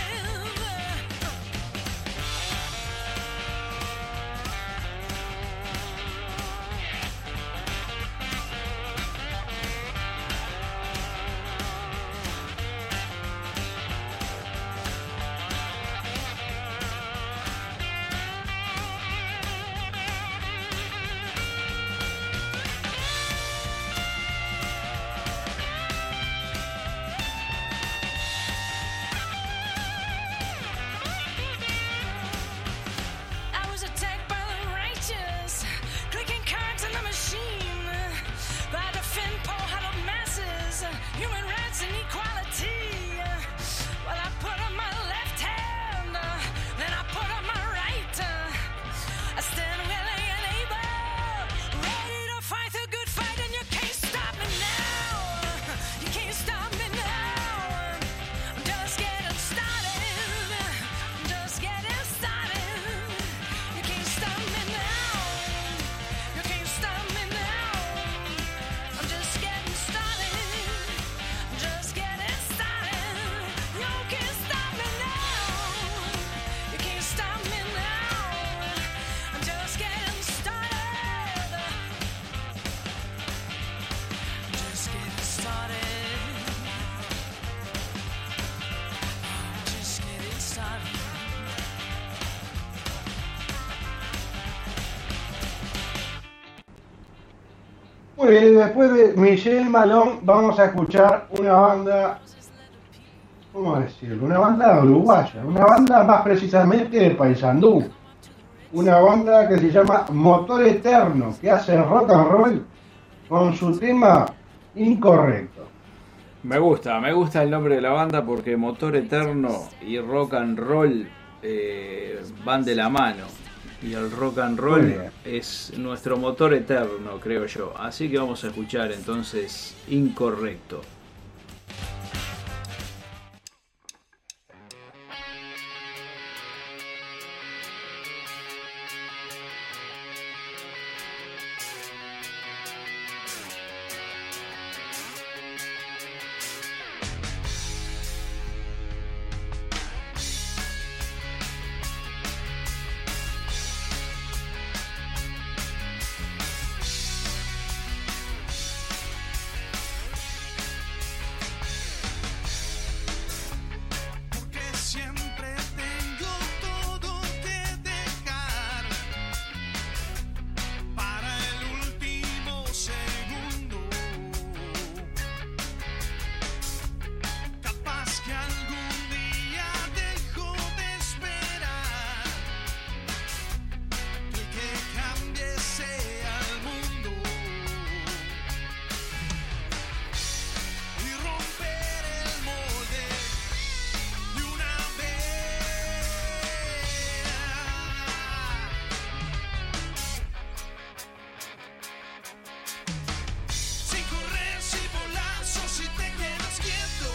I was attacked by the righteous, clicking cards in the machine. By the fin poor huddled masses, human rights and equality. Well, I put on my left hand, then I put on my right. I stand willing and able, ready to fight the good fight, and you can't stop me now. You can't stop me now. I'm just getting started. I'm just getting started. You can't stop me now. You can't stop me now. I'm just getting started. I'm just getting started. You can't stop me now. You can't stop me now. I'm just getting started. I'm just getting started. I'm just getting started. Muy bien, y después de Michelle Malone vamos a escuchar una banda, ¿cómo decirlo? Una banda uruguaya, una banda más precisamente de Paysandú. una banda que se llama Motor Eterno, que hace rock and roll con su tema Incorrecto. Me gusta el nombre de la banda porque Motor Eterno y rock and roll van de la mano. Y el rock and roll es nuestro motor eterno, creo yo. Así que vamos a escuchar entonces Incorrecto. Siempre tengo todo que dejar para el último segundo. Capaz que algún día dejo de esperar que cambie sea el mundo y romper el molde. Si corres, si volas o si te quedas quieto,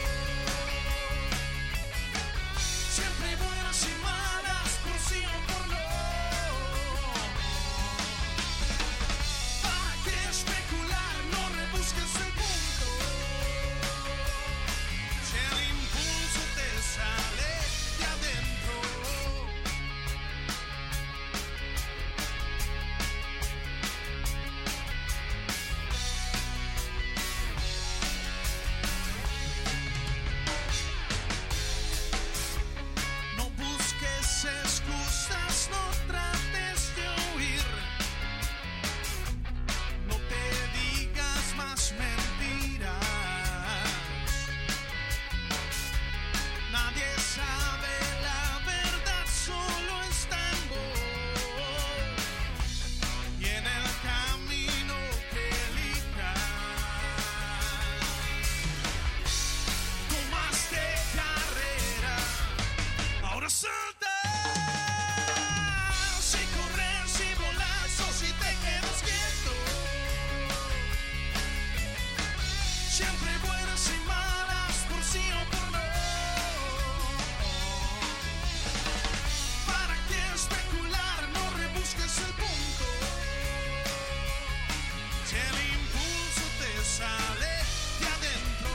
siempre hay buenas y malas, por sí o por no. ¿Para qué especular? No rebusques el punto. Si el impulso te sale de adentro. No busques excusas, no trates de huir. No te digas más mentiras. Nadie sabe la verdad, solo está en vos y en el camino que elijas. Tomaste carrera, ahora salta. Si corres, si volas o si te quedas quieto, siempre hay buenas y malas, por sí o por no. ¿Para qué especular? No rebusques el punto. Si el impulso te sale de adentro.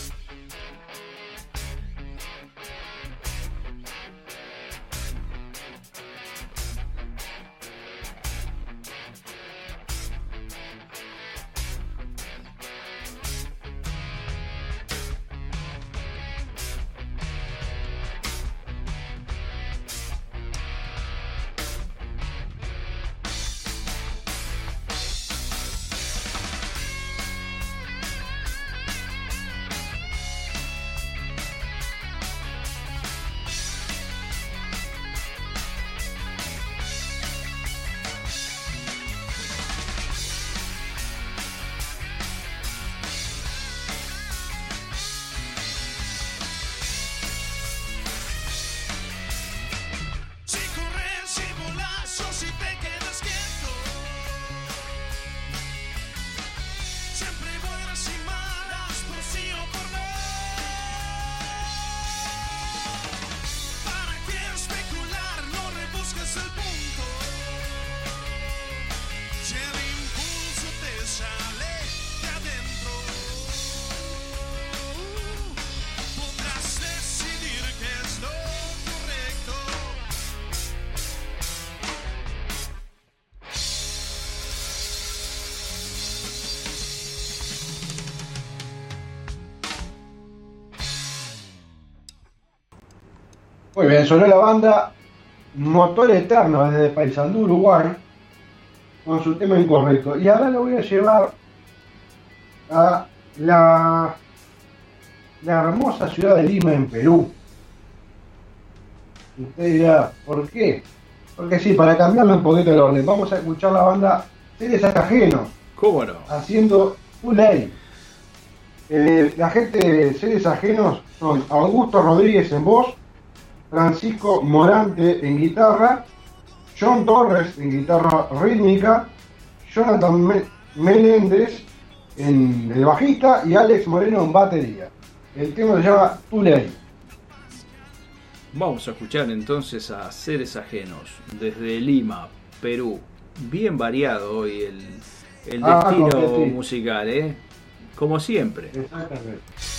Si corres, si volas o si te quedas quieto, siempre hay buenas y malas, por sí o por no. ¿Para qué especular? No rebusques el punto. Si el impulso te sale de adentro, podrás decidir qué es lo correcto. Muy bien, sonó la banda Motor Eterno desde Paysandú, Uruguay, con su tema Incorrecto. Y ahora lo voy a llevar a la hermosa ciudad de Lima, en Perú. Y usted dirá, ¿por qué? Porque sí, para cambiarle un poquito el orden, vamos a escuchar la banda Seres Ajenos. ¿Cómo no? Haciendo un ley. La gente de Seres Ajenos son Augusto Rodríguez en voz, Francisco Morante en guitarra, John Torres en guitarra rítmica, Jonathan Meléndez en el bajista y Alex Moreno en batería. El tema se llama Too Late. Vamos a escuchar entonces a Seres Ajenos desde Lima, Perú. Bien variado hoy el destino musical, ¿eh? Como siempre. Exactamente.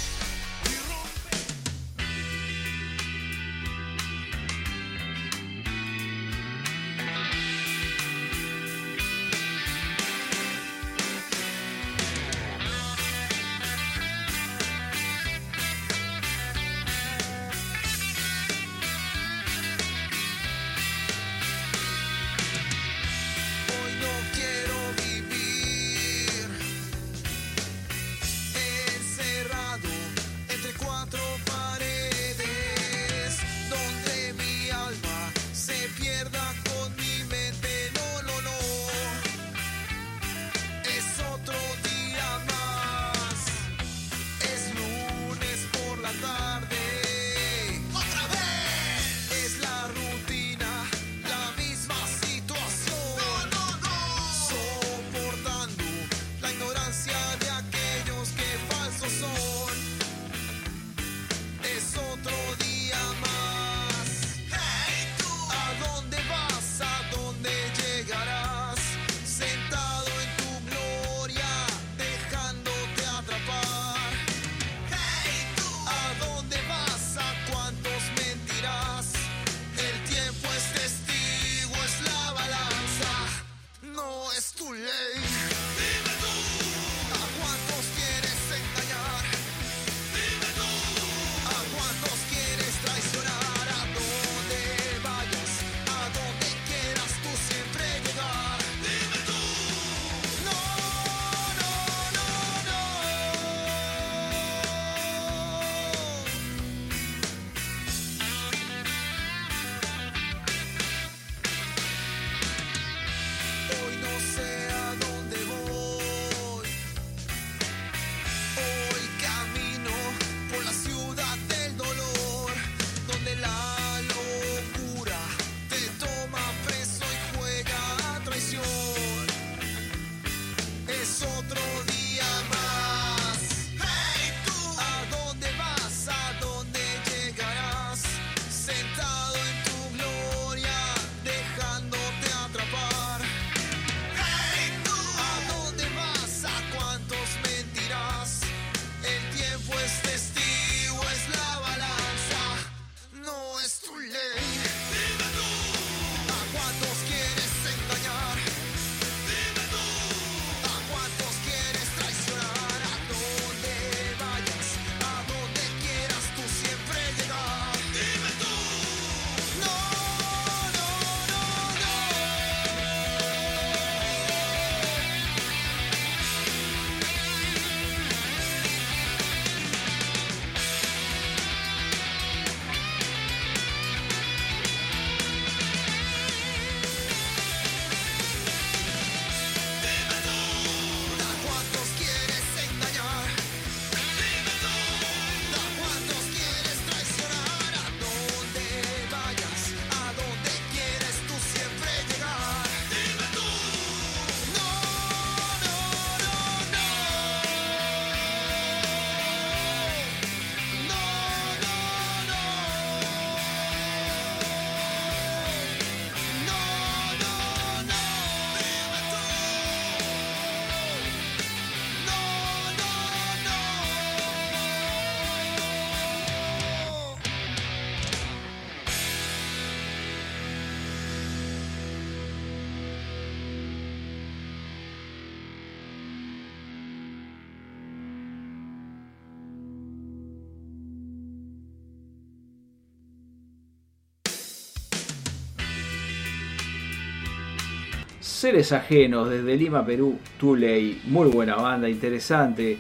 Seres Ajenos desde Lima, Perú, Tuley, muy buena banda, interesante,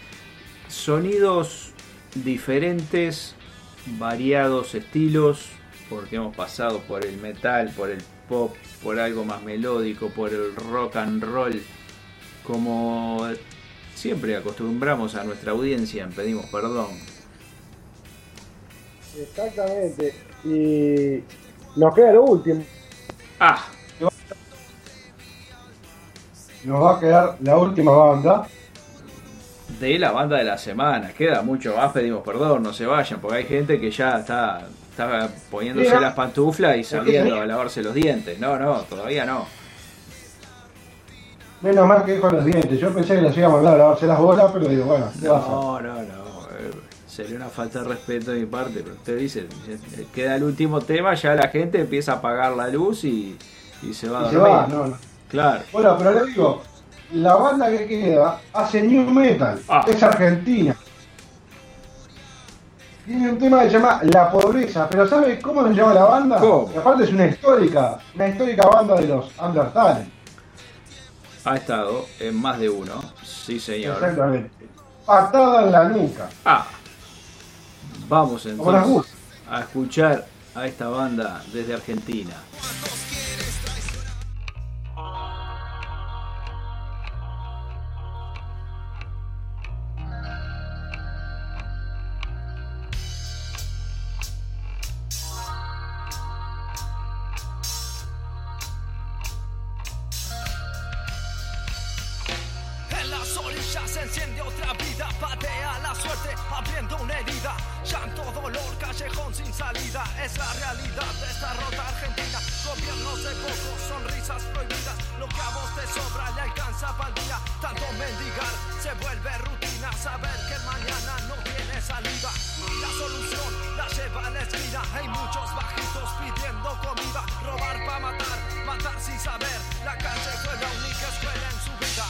sonidos diferentes, variados estilos, porque hemos pasado por el metal, por el pop, por algo más melódico, por el rock and roll, como siempre acostumbramos a nuestra audiencia, pedimos perdón. Exactamente. Y nos queda lo último. Nos va a quedar la última banda. De la banda de la semana. Queda mucho más, pedimos perdón, no se vayan, porque hay gente que ya está poniéndose Mira, las pantuflas y saliendo a lavarse los dientes. No, todavía no. Menos mal que con los dientes. Yo pensé que les iba a mandar a lavarse las bolas, pero digo, bueno, ¿qué va a hacer? No. Sería una falta de respeto de mi parte, pero usted dice, queda el último tema, ya la gente empieza a apagar la luz y se va a dormir. No. Claro. Bueno, pero le digo, la banda que queda hace new metal, es argentina. Tiene un tema que se llama La Pobreza, pero ¿sabe cómo se llama la banda? ¿Cómo? Que aparte es una histórica banda de los Undertale. Ha estado en más de uno, sí señor. Exactamente. Patada en la nuca. Vamos entonces a escuchar a esta banda desde Argentina. En las orillas se enciende otra vida, patea la suerte abriendo una herida. Llanto, dolor, callejón sin salida, es la realidad de esta rota Argentina. Gobiernos de pocos, sonrisas prohibidas, lo que a vos te sobra le alcanza pa'l día. Tanto mendigar se vuelve rutina, saber que el mañana no tiene salida. La solución la lleva a la esquina, hay muchos bajitos pidiendo comida. Robar pa' matar, matar sin saber, la calle fue la única escuela en su vida.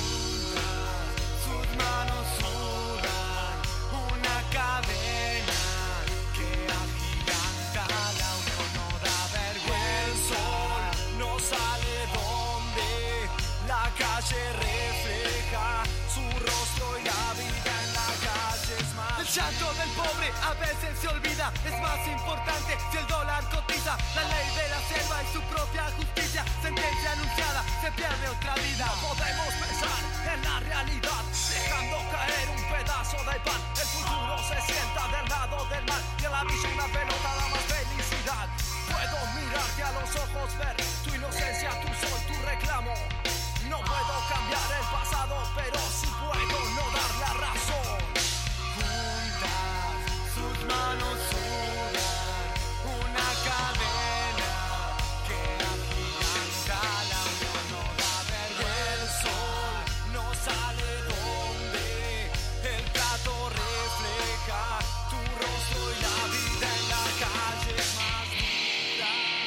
Sus manos sudan, una cadena que agiganta la unión, no da vergüenza. No sale donde la calle refleja su rostro y la vida en la calle es más. El llanto del pobre a veces se olvida, es más importante si el dólar cotiza. La ley de la selva y su propia justicia, sentencia anunciada, se pierde otra vida. No podemos pensar en la realidad, dejando caer un pedazo de pan. El futuro se sienta del lado del mal y a la villa una pelota da más felicidad. Puedo mirarte a los ojos, ver tu inocencia, tu sol, tu reclamo. No puedo cambiar el pasado, pero sí puedo no dar la razón. Juntas sus manos sudan, una cadena que agiganta la unión, no da vergüenza. No sale donde el plato refleja tu rostro y la vida en la calle es más dura.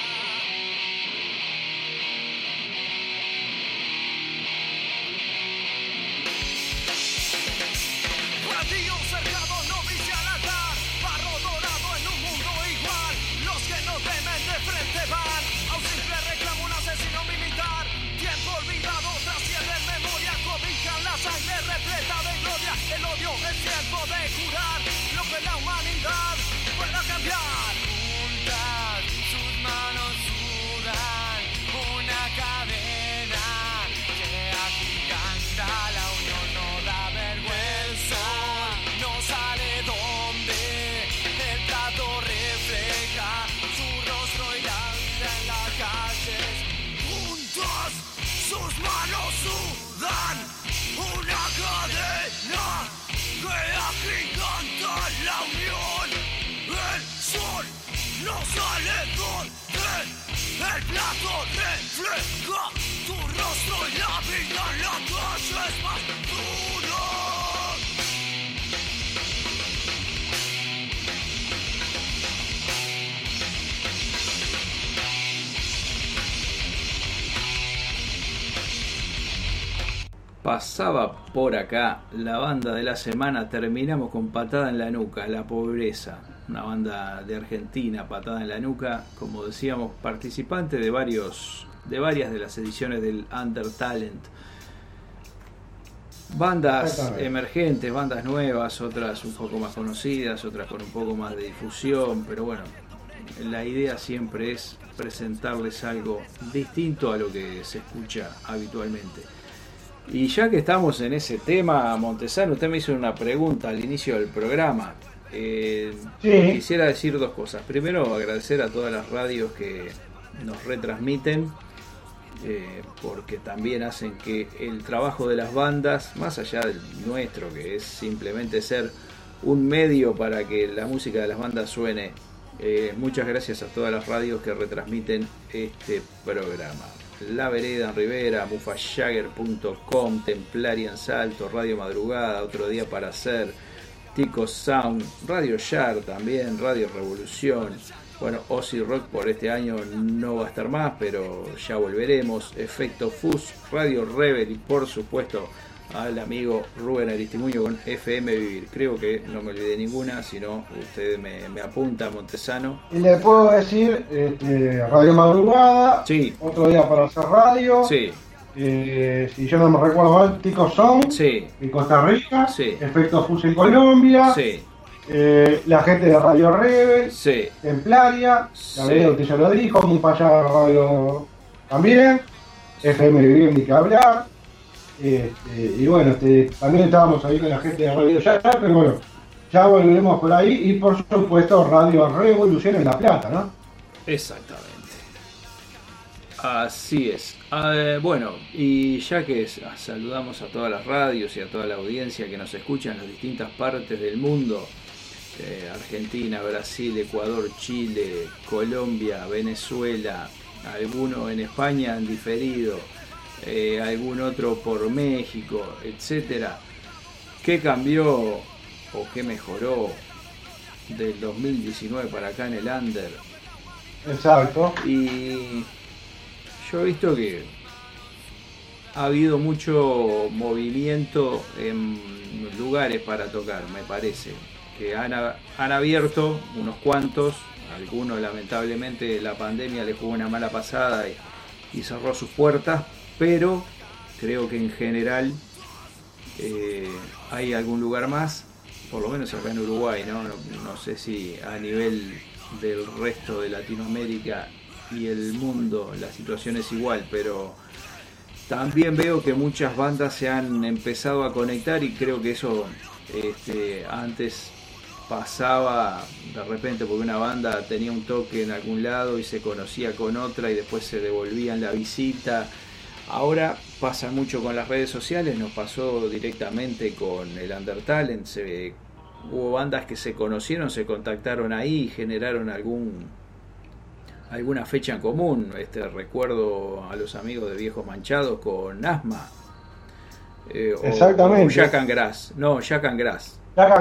Radio cercado, novicia al altar, barro dorado en un mundo igual. Los que no temen de frente van a un simple reclamo, un asesino militar. Tiempo olvidado, trasciende en memoria, cobijan la sangre repleta de gloria. El odio es tiempo de curar lo que la humanidad pueda cambiar. Juntas sus manos sudan, una cadena que agiganta la unión, no da vergüenza. No sale donde el plato refleja su rostro y la vida en la calle. Juntos sus manos sudan, una cadena que agiganta la unión. El sol no sale donde el plato refleja tu rostro y la vida en la calle es más dura. Pasaba por acá la banda de la semana, terminamos con Patada en la Nuca, La Pobreza, una banda de Argentina, Patada en la Nuca, como decíamos, participante de varias de las ediciones del Under Talent. Bandas emergentes, bandas nuevas, otras un poco más conocidas, otras con un poco más de difusión, pero bueno, la idea siempre es presentarles algo distinto a lo que se escucha habitualmente. Y ya que estamos en ese tema, Montesano, usted me hizo una pregunta al inicio del programa. Quisiera decir dos cosas. Primero, agradecer a todas las radios que nos retransmiten, porque también hacen que el trabajo de las bandas, más allá del nuestro, que es simplemente ser un medio para que la música de las bandas suene, muchas gracias a todas las radios que retransmiten este programa. La Vereda en Rivera, mufajagger.com, Templaria en Salto, Radio Madrugada, Otro Día para Hacer, Tico Sound, Radio Yar también, Radio Revolución. Bueno, Ozzy Rock por este año no va a estar más, pero ya volveremos. Efecto Fus, Radio Rebel y por supuesto al amigo Rubén Aristimuño con FM Vivir. Creo que no me olvidé ninguna, si no usted me apunta, Montesano. Y le puedo decir Radio Madrugada, sí. Otro Día para Hacer Radio, sí. Si yo no me recuerdo mal, Tico Sound, sí. En Costa Rica, sí. Efecto Fus en Colombia, sí. La gente de Radio Rebel, sí. Templaria, sí. La Vereda, usted ya lo dijo, Mufaya Radio también, FM Vivir ni que hablar. Y bueno, también estábamos ahí con la gente de Radio Ya, pero bueno, ya volveremos por ahí. Y por supuesto Radio Revolución en La Plata, ¿no? Exactamente. Así es. Bueno, y ya que saludamos a todas las radios y a toda la audiencia que nos escucha en las distintas partes del mundo, Argentina, Brasil, Ecuador, Chile, Colombia, Venezuela, alguno en España han diferido, algún otro por México, etcétera. ¿Qué cambió o qué mejoró del 2019 para acá en el under? Exacto. Y yo he visto que ha habido mucho movimiento en lugares para tocar, me parece. Que han abierto unos cuantos, algunos lamentablemente la pandemia les jugó una mala pasada y cerró sus puertas, pero creo que en general hay algún lugar más, por lo menos acá en Uruguay, no sé si a nivel del resto de Latinoamérica y el mundo la situación es igual, pero también veo que muchas bandas se han empezado a conectar y creo que eso antes pasaba de repente porque una banda tenía un toque en algún lado y se conocía con otra y después se devolvían la visita. Ahora pasa mucho con las redes sociales, nos pasó directamente con el Undertalent, hubo bandas que se conocieron, se contactaron ahí y generaron alguna fecha en común. Recuerdo a los amigos de Viejos Manchados con Asma, exactamente, o Jack and Grass, Jack and Grass,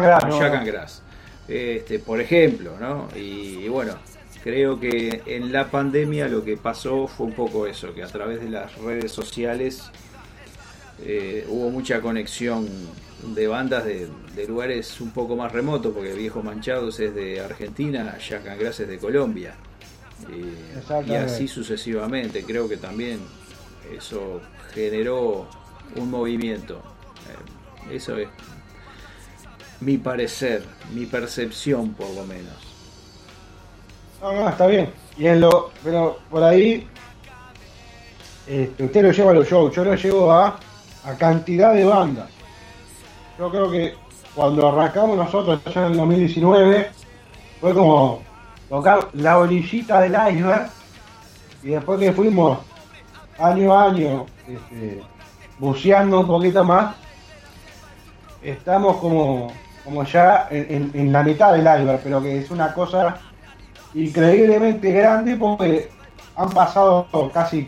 por ejemplo, ¿no? Y bueno, creo que en la pandemia lo que pasó fue un poco eso, que a través de las redes sociales hubo mucha conexión de bandas de lugares un poco más remotos, porque Viejos Manchados es de Argentina, Jack and Grass es de Colombia, y así sucesivamente. Creo que también eso generó un movimiento. Eso es mi parecer, mi percepción por lo menos. No, está bien. Pero por ahí usted lo lleva a los shows, yo lo llevo a cantidad de bandas. Yo creo que cuando arrancamos nosotros allá en el 2019 fue como tocar la orillita del iceberg, y después que fuimos año a año buceando un poquito más, estamos como ya en la mitad del iceberg, pero que es una cosa increíblemente grande porque han pasado casi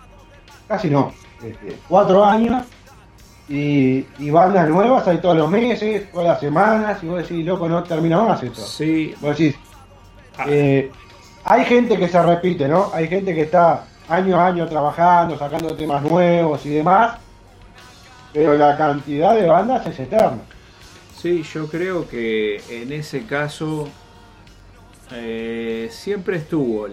4 años y bandas nuevas hay todos los meses, todas las semanas, y vos decís, loco, no termina más esto. Sí. Vos decís, hay gente que se repite, ¿no? Hay gente que está año a año trabajando, sacando temas nuevos y demás, pero la cantidad de bandas es eterna. Sí, yo creo que en ese caso siempre estuvo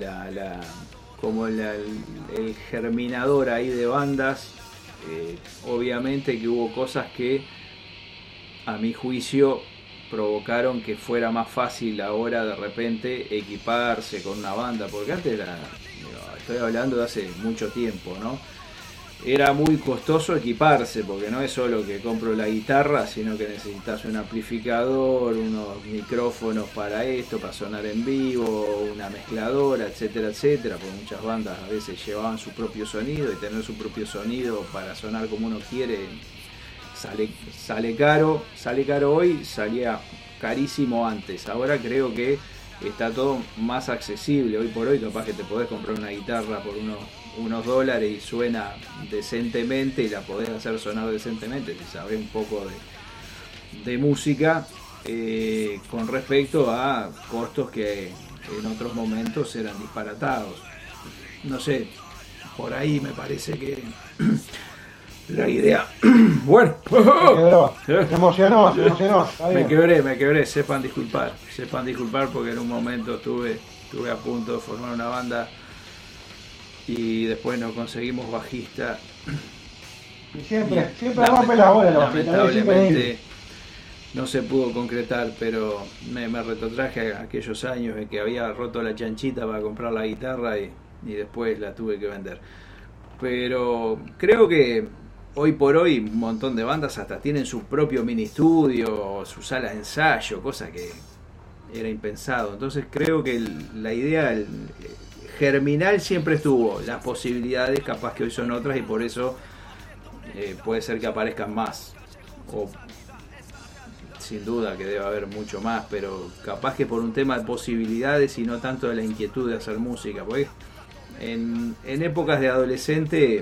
el germinador ahí de bandas. Obviamente que hubo cosas que a mi juicio provocaron que fuera más fácil ahora de repente equiparse con una banda, porque antes era, estoy hablando de hace mucho tiempo, ¿no? Era muy costoso equiparse, porque no es solo que compro la guitarra, sino que necesitas un amplificador, unos micrófonos para esto, para sonar en vivo, una mezcladora, etcétera, etcétera, porque muchas bandas a veces llevaban su propio sonido, y tener su propio sonido para sonar como uno quiere sale caro hoy, salía carísimo antes. Ahora creo que está todo más accesible. Hoy por hoy capaz que te podés comprar una guitarra por unos dólares y suena decentemente, y la podés hacer sonar decentemente si sabés un poco de música, con respecto a costos que en otros momentos eran disparatados. No sé, por ahí me parece que la idea... Bueno, se emocionó. Me quebré, sepan disculpar porque en un momento estuve a punto de formar una banda y después no conseguimos bajista. Y siempre rompe la bola. Lamentablemente no se pudo concretar, pero me retrotraje a aquellos años en que había roto la chanchita para comprar la guitarra y después la tuve que vender. Pero creo que hoy por hoy un montón de bandas hasta tienen su propio mini estudio, su sala de ensayo, cosa que era impensado. Entonces creo que la idea germinal siempre estuvo. Las posibilidades capaz que hoy son otras, y por eso puede ser que aparezcan más, o sin duda que debe haber mucho más, pero capaz que por un tema de posibilidades y no tanto de la inquietud de hacer música, porque en épocas de adolescente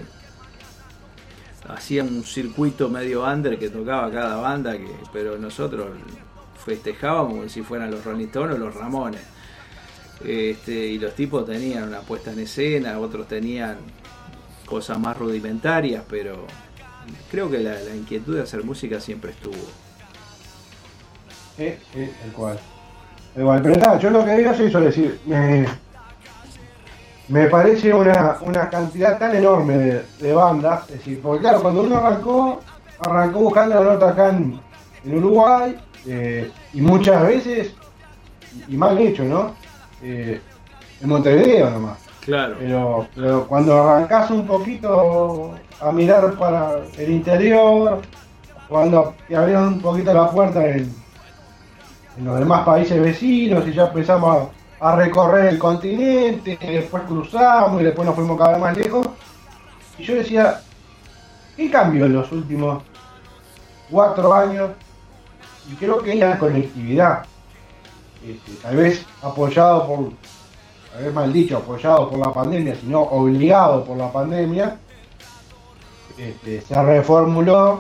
hacía un circuito medio under que tocaba cada banda, pero nosotros festejábamos como si fueran los Rolling Stones o los Ramones. Y los tipos tenían una puesta en escena, otros tenían cosas más rudimentarias, pero creo que la inquietud de hacer música siempre estuvo. El cual. Pero nada, yo lo que digo es eso, decir, me parece una cantidad tan enorme de bandas, es decir, porque claro, cuando uno arrancó buscando la nota acá en Uruguay, y muchas veces, y mal hecho, ¿no? En Montevideo nomás. Claro. Pero cuando arrancás un poquito a mirar para el interior, cuando te abrieron un poquito la puerta en los demás países vecinos, y ya empezamos a recorrer el continente, después cruzamos y después nos fuimos cada vez más lejos, y yo decía, ¿qué cambió en los últimos 4 años? Y creo que es la conectividad, tal vez apoyado por la pandemia, sino obligado por la pandemia, se reformuló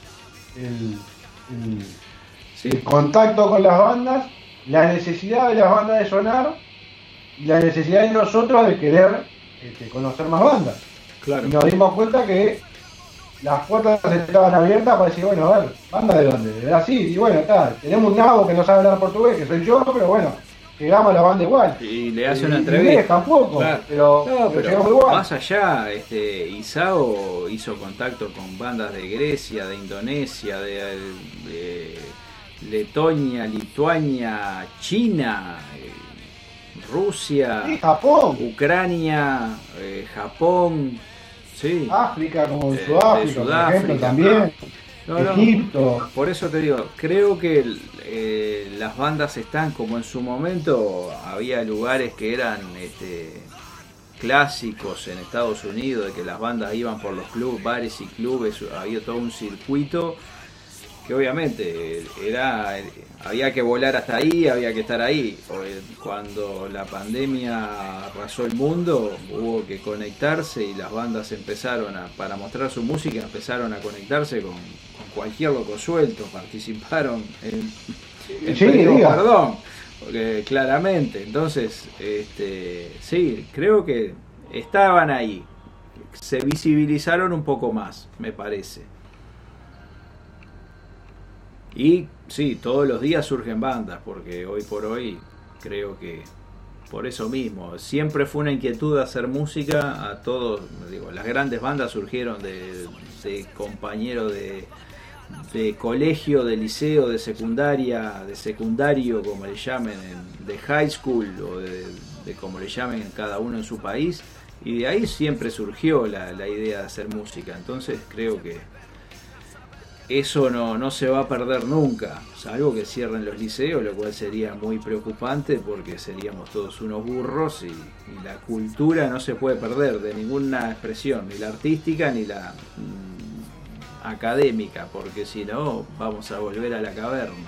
el contacto con las bandas, la necesidad de las bandas de sonar y la necesidad de nosotros de querer conocer más bandas. Claro. Y nos dimos cuenta que las puertas estaban abiertas para decir, bueno, a ver, ¿banda de dónde? De Brasil. Y bueno, está, tenemos un nabo que no sabe hablar portugués, que soy yo, pero bueno, llegamos a la banda igual. Y le hace una entrevista. Tampoco, claro. pero llegamos igual. Más allá, Isao hizo contacto con bandas de Grecia, de Indonesia, de Letonia, Lituania, China, Rusia, sí, Japón, Ucrania, Japón, sí, África, como Sudáfrica, por ejemplo, también, Egipto. Por eso te digo, creo que las bandas están como en su momento. Había lugares que eran clásicos en Estados Unidos, de que las bandas iban por los clubes, bares y clubes, había todo un circuito que obviamente había que volar hasta ahí, había que estar ahí. Cuando la pandemia arrasó el mundo, hubo que conectarse, y las bandas para mostrar su música, empezaron a conectarse con cualquier loco suelto, participaron en perdón, claramente. Entonces, sí, creo que estaban ahí, se visibilizaron un poco más, me parece. Y sí, todos los días surgen bandas, porque hoy por hoy creo que por eso mismo siempre fue una inquietud de hacer música a todos. Digo, las grandes bandas surgieron de compañeros de colegio, de liceo, de secundaria, de secundario, como le llamen, de high school o de como le llamen cada uno en su país, y de ahí siempre surgió la idea de hacer música. Entonces creo que eso no se va a perder nunca, salvo que cierren los liceos, lo cual sería muy preocupante porque seríamos todos unos burros y la cultura no se puede perder de ninguna expresión, ni la artística ni la académica, porque si no vamos a volver a la caverna.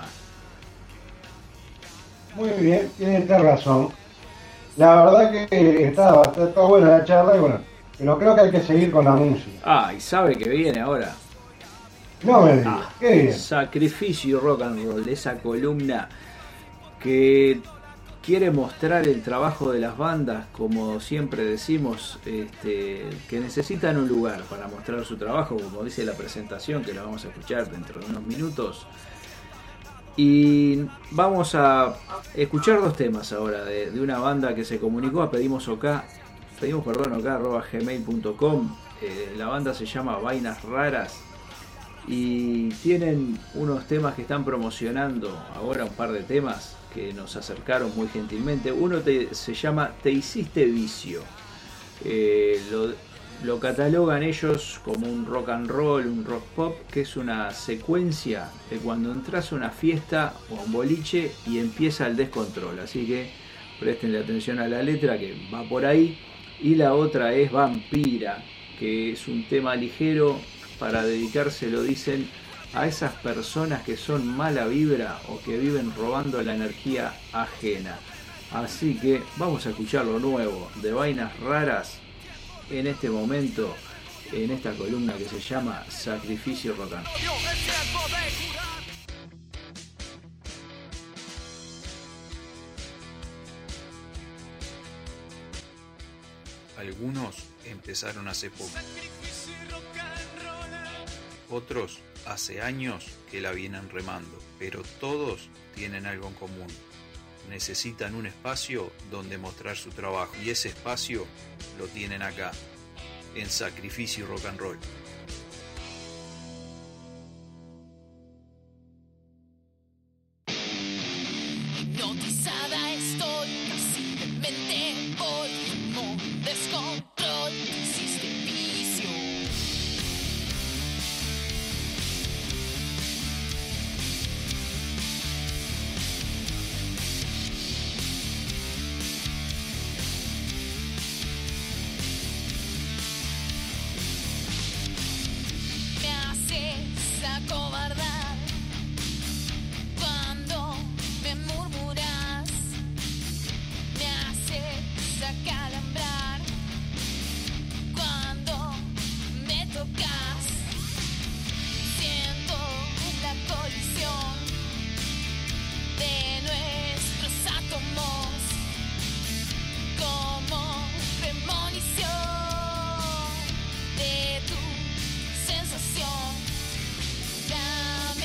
Muy bien, tiene razón. La verdad que está buena la charla y bueno, pero creo que hay que seguir con la música. Ah, y sabe que viene ahora. No me digas, ¿qué bien? Sacrificio Rock and Roll, esa columna que quiere mostrar el trabajo de las bandas, como siempre decimos, que necesitan un lugar para mostrar su trabajo, como dice la presentación, que la vamos a escuchar dentro de unos minutos. Y vamos a escuchar dos temas ahora de una banda que se comunicó a pedimos_acá@gmail.com. La banda se llama Vainas Raras y tienen unos temas que están promocionando ahora, un par de temas que nos acercaron muy gentilmente. Uno se llama Te Hiciste Vicio. Lo catalogan ellos como un rock and roll, un rock pop, que es una secuencia de cuando entras a una fiesta o a un boliche y empieza el descontrol. Así que prestenle atención a la letra, que va por ahí. Y la otra es Vampira, que es un tema ligero para dedicárselo, dicen, a esas personas que son mala vibra o que viven robando la energía ajena. Así que vamos a escuchar lo nuevo de Vainas Raras en este momento, en esta columna que se llama Sacrificio Rock and Roll. Algunos empezaron hace poco. Otros hace años que la vienen remando, pero todos tienen algo en común. Necesitan un espacio donde mostrar su trabajo, y ese espacio lo tienen acá, en Sacrificio Rock and Roll. Hipnotizada estoy, casi de mente voy, como descontrol, hiciste vicio. Me haces acobardar cuando me murmuras, me haces acalambrar cuando me tocas. Siento la colisión de nuestros átomos como premonición de tu sensación. La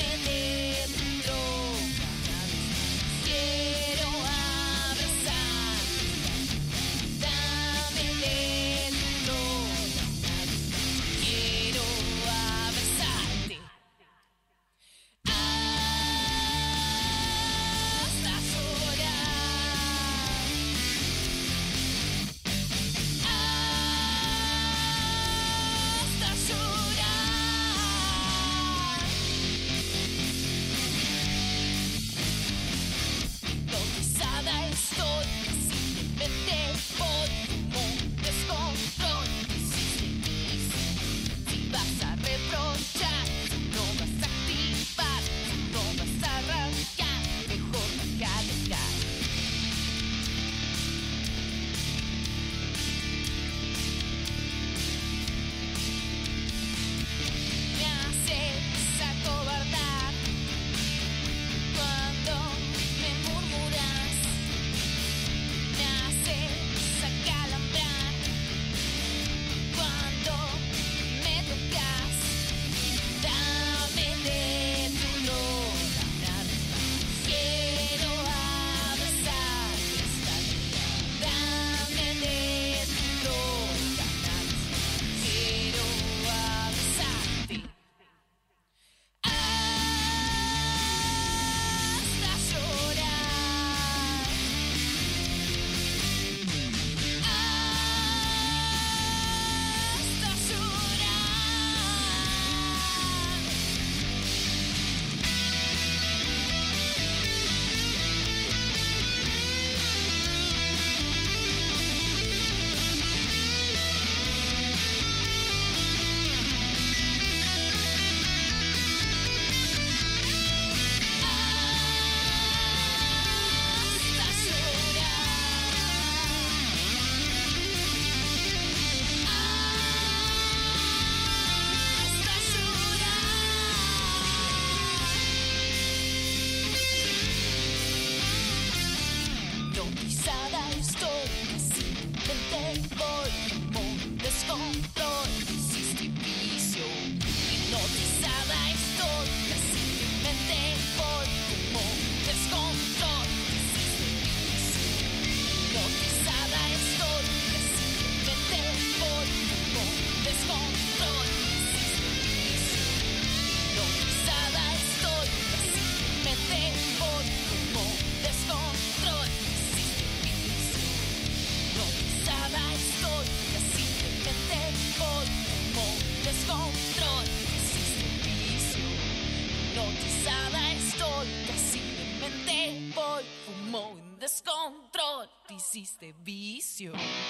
hipnotizada estoy, simplemente voy como descontrol, hiciste vicio. Hipnotizada estoy, simplemente voy como descontrol, hiciste vicio. Hipnotizada estoy, simplemente voy como descontrol, hiciste vicio. Hipnotizada estoy, simplemente voy como descontrol, hiciste vicio. Hipnotizada estoy, simplemente voy como descontrol, hiciste vicio. Hipnotizada estoy, simplemente voy como en descontrol, hiciste vicio.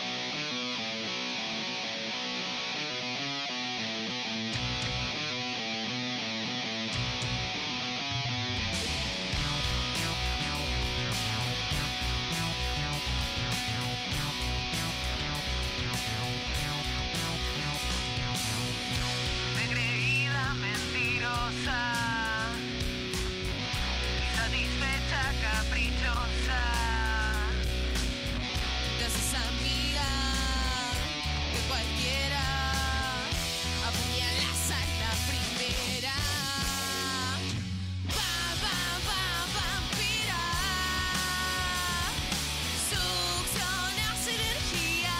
Me creí la mentirosa, satisfecha, caprichosa. Te haces amiga de cualquiera, apuñalas a la primera. Vampira, succionas energía.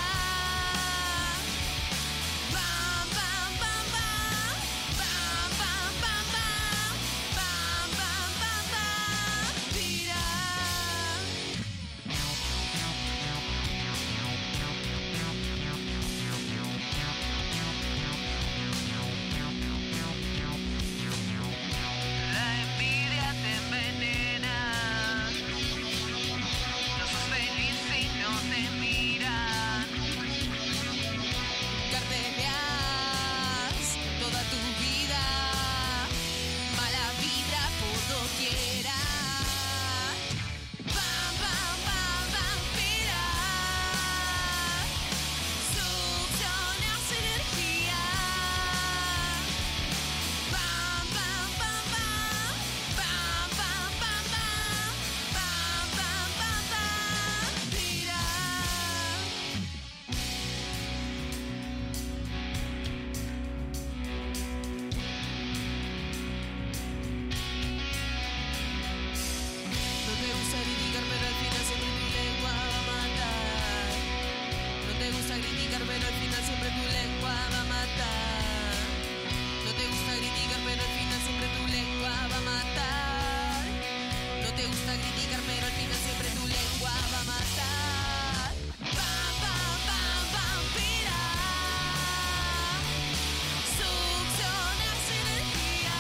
La envidia te envenena, no sos feliz si no te miran. Carteleas toda tu vida, mala vibra por doquiera. Vampira, succionas energía. No te gusta criticar, pero al final siempre tu lengua va a matar. No te gusta criticar, pero al final siempre tu lengua va a matar. No te gusta criticar, pero al final siempre tu lengua va a matar. No te gusta criticar, pero al final siempre tu lengua va a matar. Vampira, succionas energía.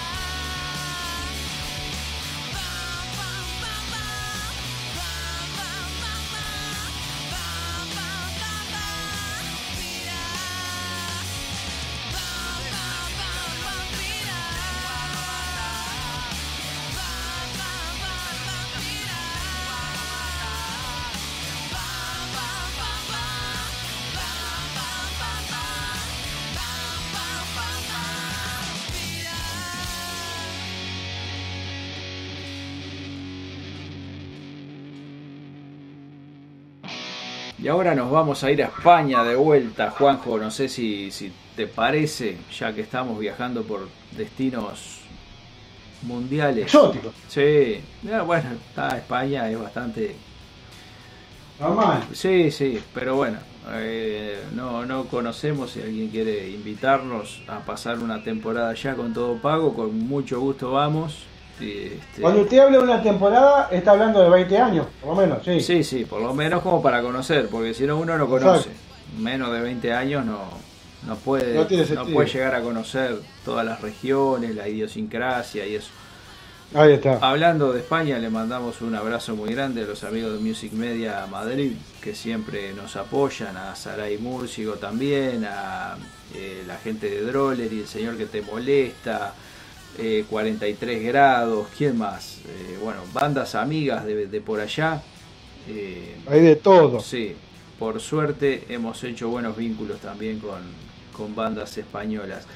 Y ahora nos vamos a ir a España de vuelta, Juanjo. No sé si te parece, ya que estamos viajando por destinos mundiales. Exóticos. Sí, bueno, España es bastante... Normal. Sí, pero bueno, no conocemos. Si alguien quiere invitarnos a pasar una temporada allá con todo pago, con mucho gusto vamos. Cuando usted habla de una temporada, está hablando de 20 años, por lo menos, sí. Sí, por lo menos como para conocer, porque si no uno no conoce. Menos de 20 años no puede llegar a conocer todas las regiones, la idiosincrasia y eso. Ahí está. Hablando de España, le mandamos un abrazo muy grande a los amigos de Music Media Madrid, que siempre nos apoyan, a Saray Múrcigo también, a la gente de Droller y el señor que te molesta, 43 grados, ¿quién más? Bueno, bandas amigas de por allá. Hay de todo. Sí, por suerte hemos hecho buenos vínculos también con bandas españolas.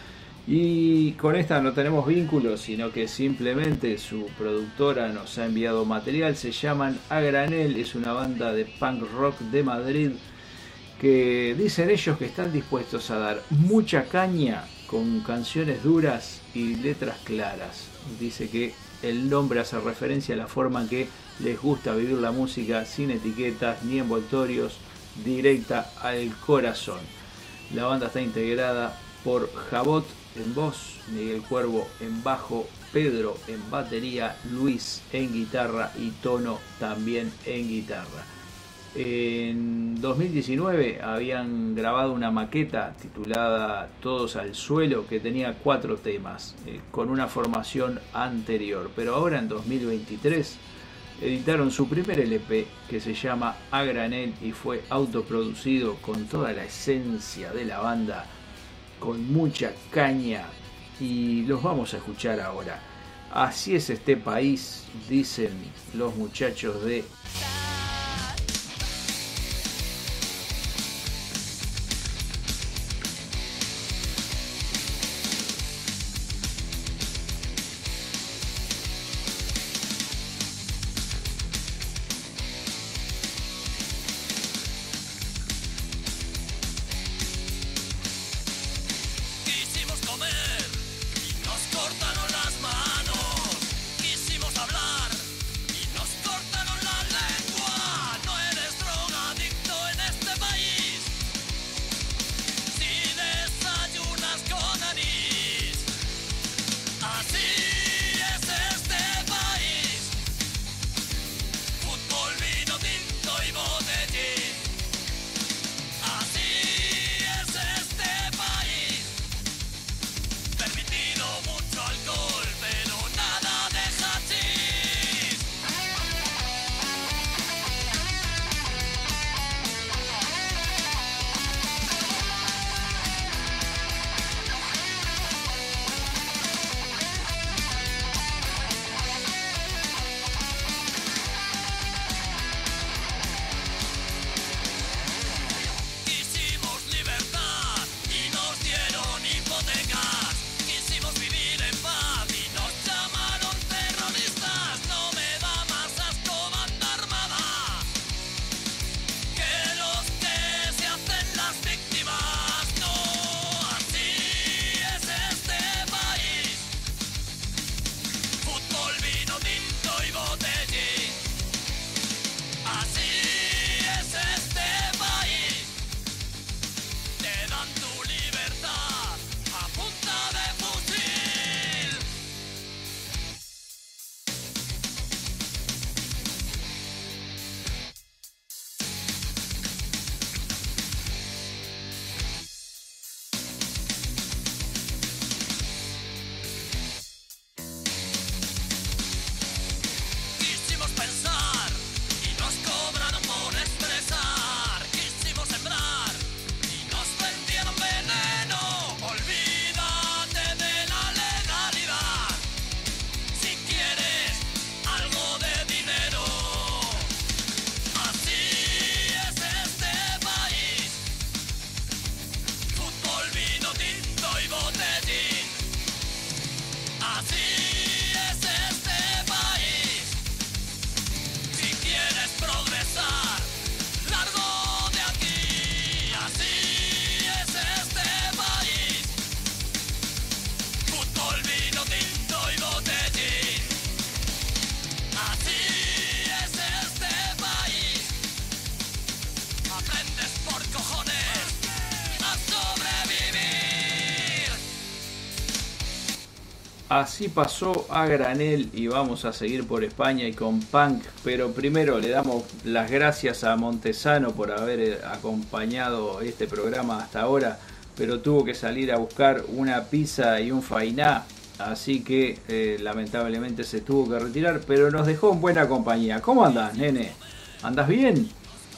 Y con esta no tenemos vínculos, sino que simplemente su productora nos ha enviado material. Se llaman A Granel, es una banda de punk rock de Madrid que dicen ellos que están dispuestos a dar mucha caña con canciones duras y letras claras. Dice que el nombre hace referencia a la forma en que les gusta vivir la música, sin etiquetas ni envoltorios, directa al corazón. La banda está integrada por Jabot en voz, Miguel Cuervo en bajo, Pedro en batería, Luis en guitarra y Tono también en guitarra. En 2019 habían grabado una maqueta titulada Todos al Suelo, que tenía 4 temas con una formación anterior, pero ahora en 2023 editaron su primer LP que se llama A Granel y fue autoproducido con toda la esencia de la banda, con mucha caña, y los vamos a escuchar ahora. Así es este país, dicen los muchachos de Así pasó A Granel y vamos a seguir por España y con punk, pero primero le damos las gracias a Montesano por haber acompañado este programa hasta ahora, pero tuvo que salir a buscar una pizza y un fainá, así que lamentablemente se tuvo que retirar, pero nos dejó en buena compañía. ¿Cómo andás, nene? ¿Andás bien?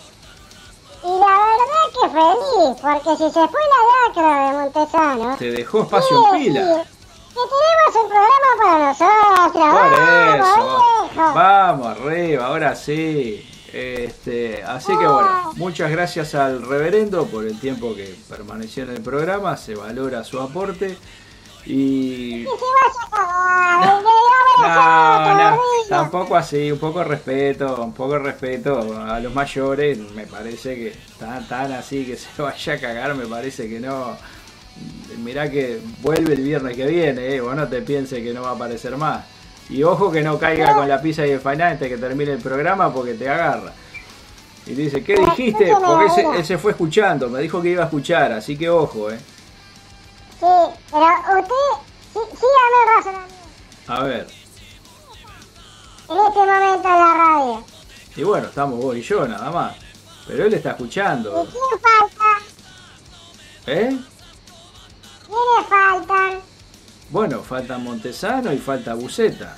Y la verdad que feliz, porque si se fue la lacra de Montesano... Te dejó espacio en pila. Que tenemos un programa para nosotros. Por ¡Vamos, eso, viejo! vamos arriba, ahora sí. Así que bueno, muchas gracias al reverendo por el tiempo que permaneció en el programa, se valora su aporte. Y... se vaya a cagar. No, tampoco así, un poco de respeto a los mayores. Me parece que tan así que se vaya a cagar, me parece que no. Mirá que vuelve el viernes que viene, vos no te pienses que no va a aparecer más. Y ojo que no caiga con la pizza y el final antes que termine el programa porque te agarra. Y te dice, ¿qué dijiste? Porque él se fue escuchando, me dijo que iba a escuchar, así que ojo, Sí, pero usted, sígame el razonamiento. A ver. En este momento en la radio. Y bueno, estamos vos y yo nada más. Pero él está escuchando. ¿Y quién falta? ¿Eh? ¿Quiénes faltan? Bueno, falta Montesano y falta Buceta.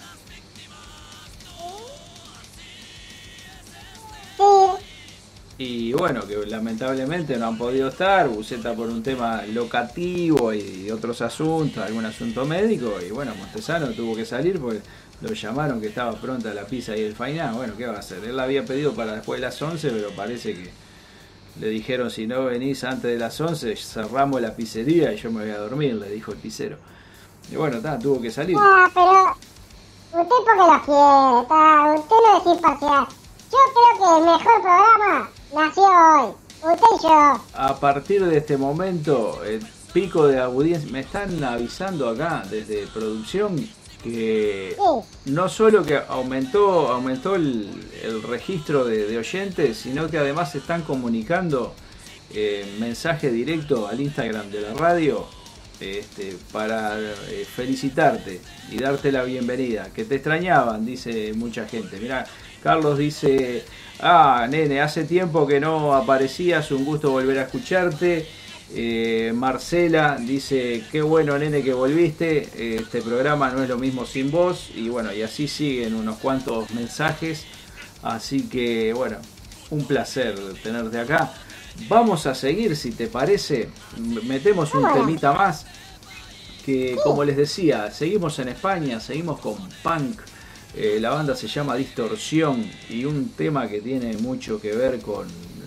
Sí. Y bueno, que lamentablemente no han podido estar, Buceta por un tema locativo y otros asuntos, algún asunto médico, y bueno, Montesano tuvo que salir porque lo llamaron que estaba pronta la pizza y el fainá. Bueno, ¿qué va a hacer? Él la había pedido para después de las 11, pero parece que le dijeron, si no venís antes de las 11, cerramos la pizzería y yo me voy a dormir, le dijo el pizzero. Y bueno, tuvo que salir. Pero usted porque lo quiere, usted no es imparcial. Yo creo que el mejor programa nació hoy, usted y yo. A partir de este momento, el pico de audiencia, me están avisando acá desde producción que no solo que aumentó el registro de oyentes, sino que además se están comunicando mensaje directo al Instagram de la radio para felicitarte y darte la bienvenida, que te extrañaban, dice mucha gente. Mirá, Carlos dice, nene, hace tiempo que no aparecías, un gusto volver a escucharte. Marcela dice, qué bueno, nene, que volviste, este programa no es lo mismo sin vos. Y bueno, y así siguen unos cuantos mensajes, así que bueno, un placer tenerte acá. Vamos a seguir, si te parece, metemos un temita más, que como les decía, seguimos en España, seguimos con punk. La banda se llama Distorsión y un tema que tiene mucho que ver con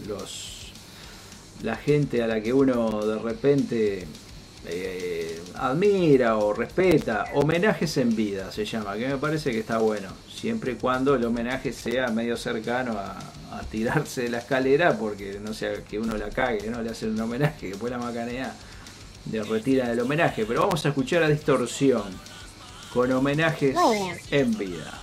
la gente a la que uno de repente admira o respeta. Homenajes en vida se llama, que me parece que está bueno, siempre y cuando el homenaje sea medio cercano a tirarse de la escalera, porque no sea que uno la cague, no le hacen un homenaje, que después la macanea le retiran el homenaje. Pero vamos a escuchar a Distorsión con homenajes en vida.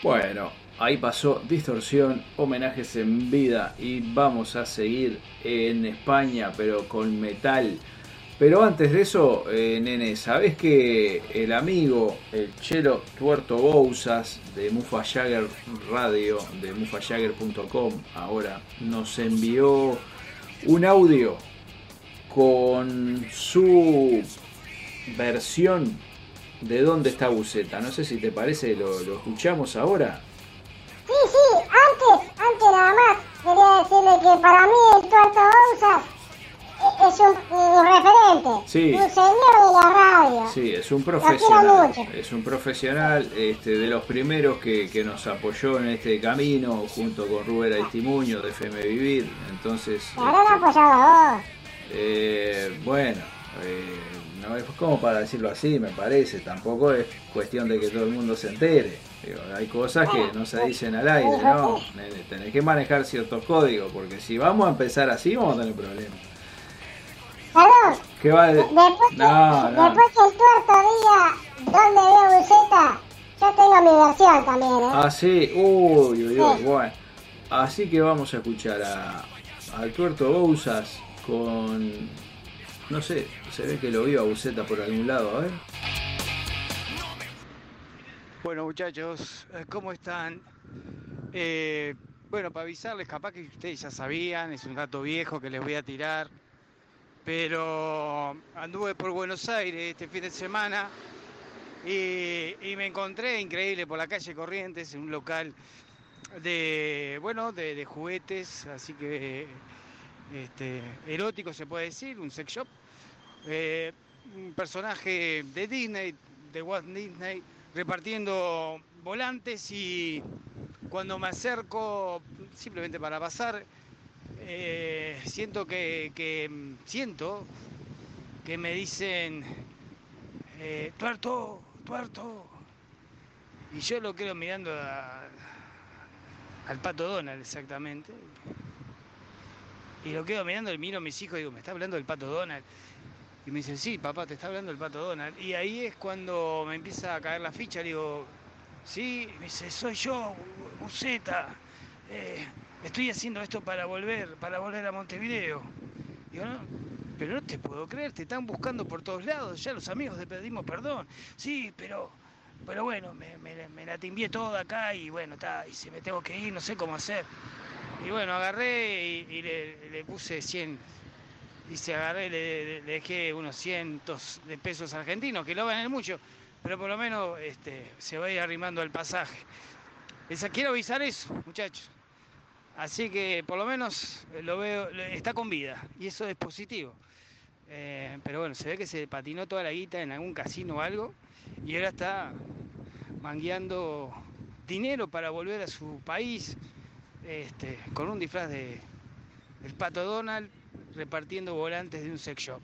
Bueno, ahí pasó Distorsión, homenajes en vida, y vamos a seguir en España, pero con metal. Pero antes de eso, nene, ¿sabés que el amigo, el Chelo Tuerto Bouzas de Mufa Jagger Radio, de mufajagger.com, ahora nos envió un audio con su versión de ¿Dónde está Buceta? No sé si te parece, lo escuchamos ahora. Sí, antes nada más, quería decirle que para mí el Tuerto Bouzas es un referente, Sí. un señor de la radio. Sí, es un Lo quiero profesional, mucho. es un profesional, de los primeros que nos apoyó en este camino, junto con Rubén Aristimuño de FM Vivir. Entonces, Te habrán apoyado a vos. bueno, no es como para decirlo así, me parece. Tampoco es cuestión de que todo el mundo se entere. Digo, hay cosas que no se dicen al aire, ¿no? Tenés que manejar ciertos códigos, porque si vamos a empezar así, vamos a tener problemas. Perdón, ¿Qué va de...? después que el Tuerto diga dónde veo Buceta, yo tengo mi versión también, ¿eh? Ah, sí, uy, bueno. Así que vamos a escuchar al Tuerto Bouzas con... No sé, se ve que lo vio a Buceta por algún lado, a ver. Bueno, muchachos, ¿cómo están? Bueno, para avisarles, capaz que ustedes ya sabían, es un dato viejo que les voy a tirar, pero anduve por Buenos Aires este fin de semana y me encontré increíble por la calle Corrientes, en un local de juguetes, así que erótico se puede decir, un sex shop, un personaje de Disney, de Walt Disney, repartiendo volantes, y cuando me acerco simplemente para pasar, siento que me dicen Tuerto, y yo lo quedo mirando al Pato Donald exactamente, y lo quedo mirando, y miro a mis hijos y digo, ¿me está hablando del Pato Donald? Y me dice, sí, papá, te está hablando el Pato Donald. Y ahí es cuando me empieza a caer la ficha. Le digo, sí, me dice, soy yo, Buceta. Estoy haciendo esto para volver a Montevideo. Digo, no, pero no te puedo creer, te están buscando por todos lados. Ya los amigos te pedimos perdón. Sí, pero bueno, me la timbié toda acá y bueno, y si me tengo que ir, no sé cómo hacer. Y bueno, agarré y le puse 100. Y se agarré, le dejé unos cientos de pesos argentinos, que lo ganan mucho, pero por lo menos se va a ir arrimando al pasaje. Quiero avisar eso, muchachos. Así que por lo menos lo veo, está con vida, y eso es positivo. Pero bueno, se ve que se patinó toda la guita en algún casino o algo, y ahora está mangueando dinero para volver a su país, con un disfraz del Pato Donald, repartiendo volantes de un sex shop.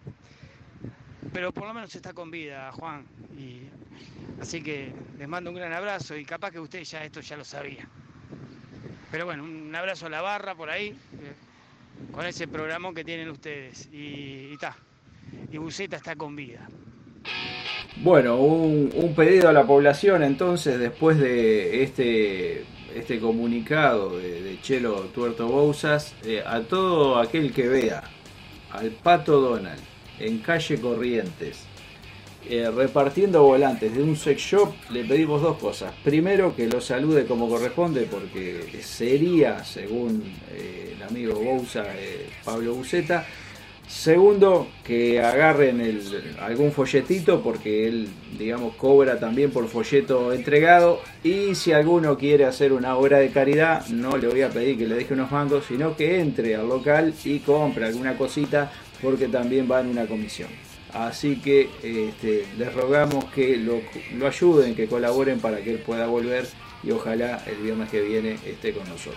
Pero por lo menos está con vida, Juan, y así que les mando un gran abrazo, y capaz que ustedes esto ya lo sabían. Pero bueno, un abrazo a la barra por ahí, con ese programón que tienen ustedes, y Buceta está con vida. Bueno, un pedido a la población entonces, después de este comunicado de Chelo Tuerto Bouzas, a todo aquel que vea al Pato Donald en calle Corrientes repartiendo volantes de un sex shop, le pedimos dos cosas. Primero, que lo salude como corresponde, porque sería, según el amigo Bouzas, Pablo Buceta. Segundo, que agarren algún folletito, porque él, digamos, cobra también por folleto entregado. Y si alguno quiere hacer una obra de caridad, no le voy a pedir que le deje unos mangos, sino que entre al local y compre alguna cosita, porque también va en una comisión. Así que les rogamos que lo ayuden, que colaboren para que él pueda volver, y ojalá el viernes que viene esté con nosotros.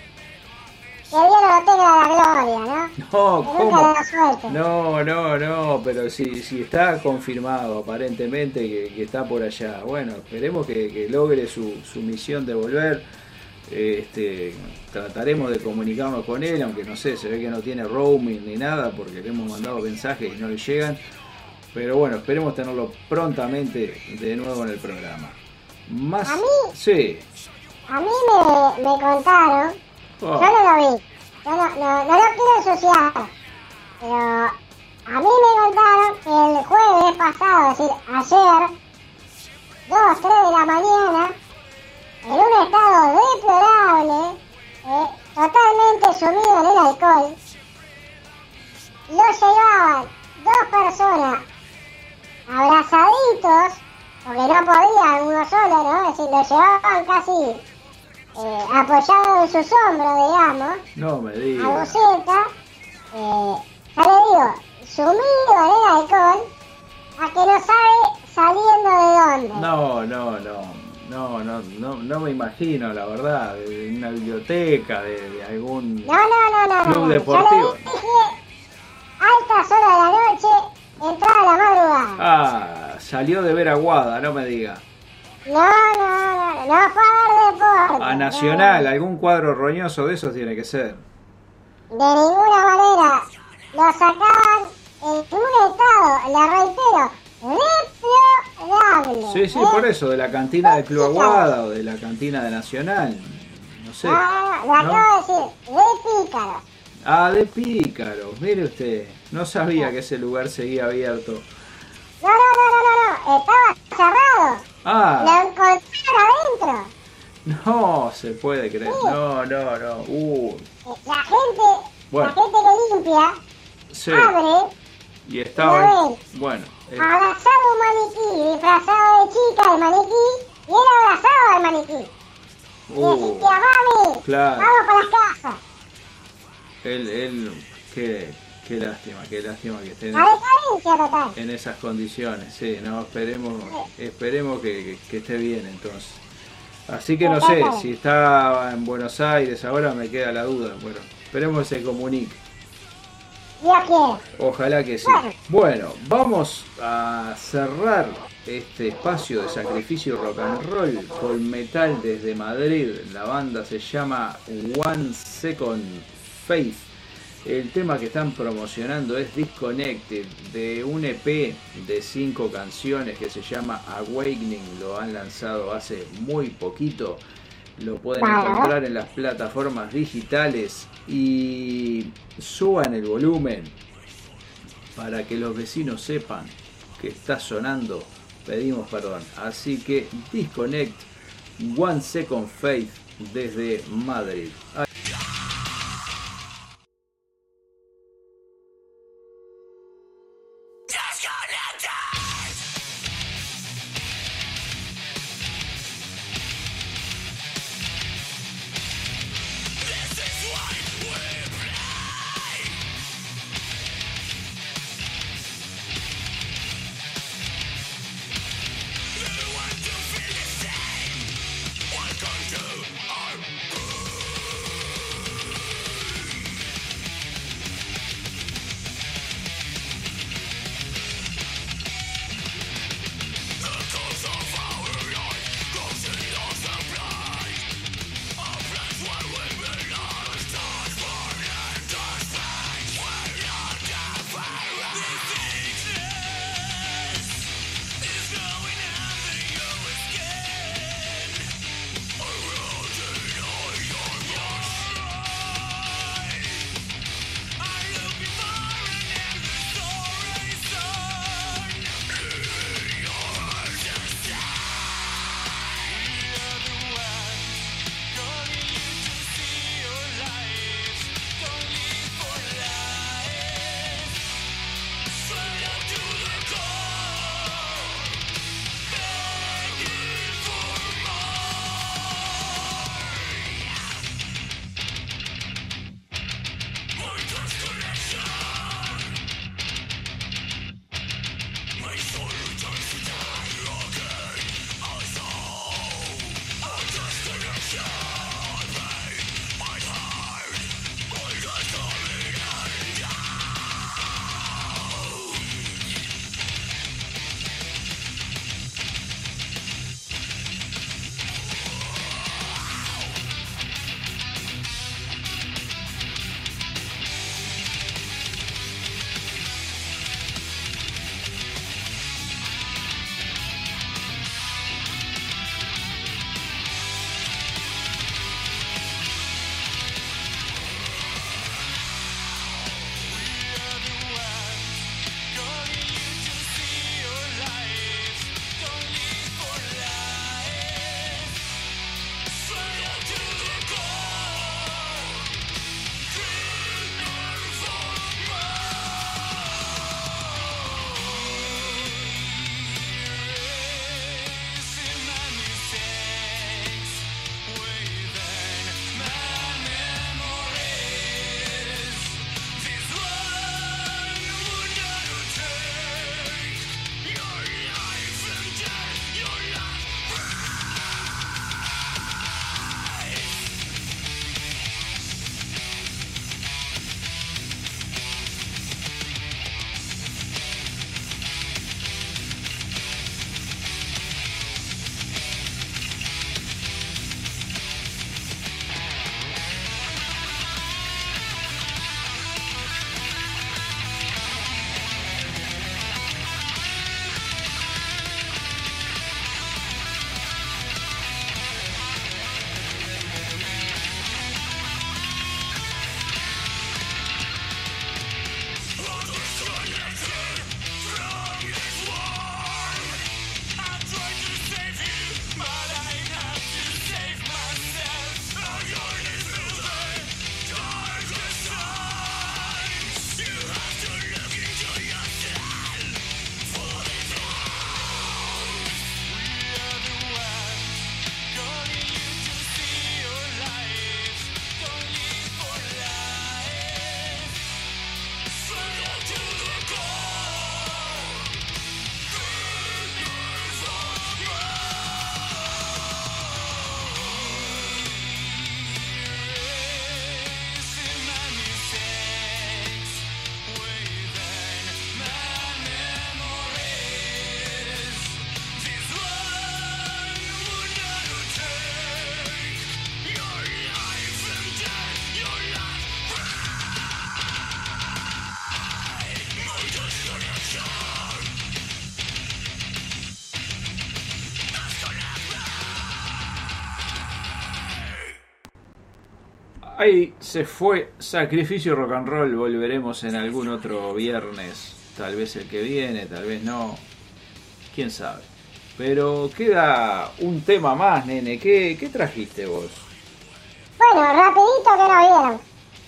Que Dios no tenga la gloria, ¿no? No, que nunca da suerte. No, pero si está confirmado aparentemente que está por allá. Bueno, esperemos que logre su misión de volver. Trataremos de comunicarnos con él, aunque no sé, se ve que no tiene roaming ni nada, porque le hemos mandado mensajes y no le llegan. Pero bueno, esperemos tenerlo prontamente de nuevo en el programa. Más... A mí... Sí. A mí me contaron, Oh. yo no lo vi, yo no lo quiero ensuciar, pero a mí me contaron que el jueves pasado, es decir, ayer, 2, 3 de la mañana, en un estado deplorable, totalmente sumido en el alcohol, lo llevaban 2 personas abrazaditos, porque no podían uno solo, ¿no? Es decir, lo llevaban casi apoyado en sus hombros, digamos, No me a digas. buceta, ya le digo, sumido en el alcohol, a que no sabe saliendo de dónde. No me imagino, la verdad, de una biblioteca, de algún No. club Yo deportivo. le dije, altas horas de la noche, entrada a la madrugada. Ah, salió de ver Aguada, no me diga. No fue a ver deporte. A Nacional, algún cuadro roñoso de esos tiene que ser. De ninguna manera. Lo sacaban en un estado, le reitero, deplorable. Sí, por eso, de la cantina del Club Aguada o de la cantina de Nacional. No sé. Lo acabo de decir, de pícaros. Ah, de Pícaros, mire usted. No sabía que ese lugar seguía abierto. No, estaba cerrado. Ah, Lo encontraron adentro. no se puede creer. No. La gente Bueno. que limpia, Sí. abre, Y estaba lo ahí. ven. Bueno, Abrazado un maniquí, disfrazado de chica el maniquí, y él abrazado al maniquí. Y decía, mami, claro. vamos para las casas. Qué lástima que esté La decadencia total. en esas condiciones. Sí, no, esperemos que esté bien entonces. Así que no sé, si está en Buenos Aires ahora me queda la duda. Bueno, esperemos que se comunique. Dios quiere. Ojalá que sí. Bueno, vamos a cerrar este espacio de sacrificio rock and roll con metal desde Madrid. La banda se llama One Second Faith. El tema que están promocionando es Disconnected, de un EP de 5 canciones que se llama Awakening. Lo han lanzado hace muy poquito. Lo pueden encontrar en las plataformas digitales y suban el volumen para que los vecinos sepan que está sonando. Pedimos perdón. Así que Disconnect, One Second Faith desde Madrid. Welcome to our Ahí se fue Sacrificio Rock and Roll. Volveremos en algún otro viernes. Tal vez el que viene, tal vez no. Quién sabe. Pero queda un tema más, nene. ¿Qué trajiste vos? Bueno, rapidito que nos vieron.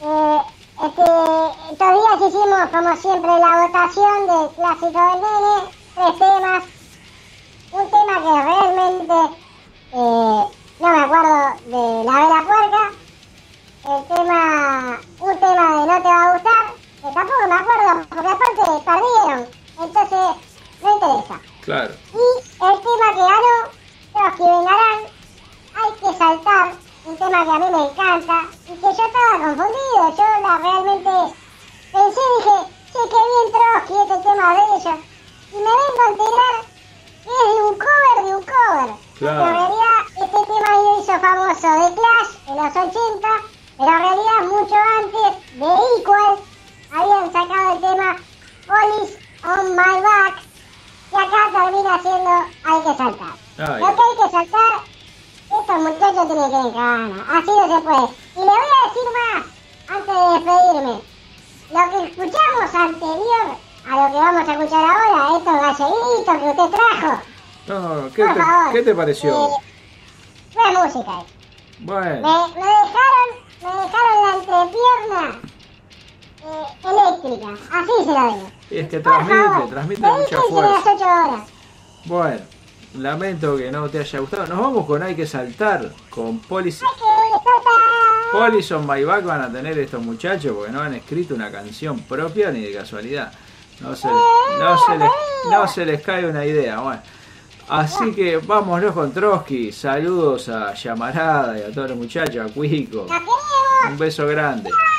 Estos días hicimos, como siempre, la votación del clásico del nene. 3 temas. Un tema que realmente no me acuerdo de La Vela Puerca. Un tema de No Te Va a Gustar, que tampoco me acuerdo, porque aparte perdieron, entonces no interesa. Claro. Y el tema que ganó, Trotsky Vengarán, Hay que Saltar, un tema que a mí me encanta, y que yo estaba confundido, yo realmente pensé, dije, che, qué bien Trotsky, este tema de ellos, y me vengo a enterar que es de un cover. Claro. Porque en realidad este tema lo hizo famoso de Clash en los 80, pero en realidad mucho antes de Equal habían sacado el tema Police on My Back, y acá termina siendo Hay que Saltar. Ay. Lo que hay que saltar, estos muchachos tienen que ir en ganas, así no se puede. Y le voy a decir más, antes de despedirme, lo que escuchamos anterior a lo que vamos a escuchar ahora, estos galletitos que usted trajo. No, Por favor. ¿qué te pareció? Fue música. Bueno. Me dejaron la entrepierna eléctrica, así se lo digo. Y es que Por favor, transmite me mucha dicen que fuerza. las 8 horas. Bueno, lamento que no te haya gustado. Nos vamos con Hay que Saltar, con Police on My Back. Van a tener estos muchachos porque no han escrito una canción propia ni de casualidad. No se les cae una idea. Bueno, así que vámonos con Trotsky. Saludos a Llamarada y a todos los muchachos, a Cuico. Un beso grande.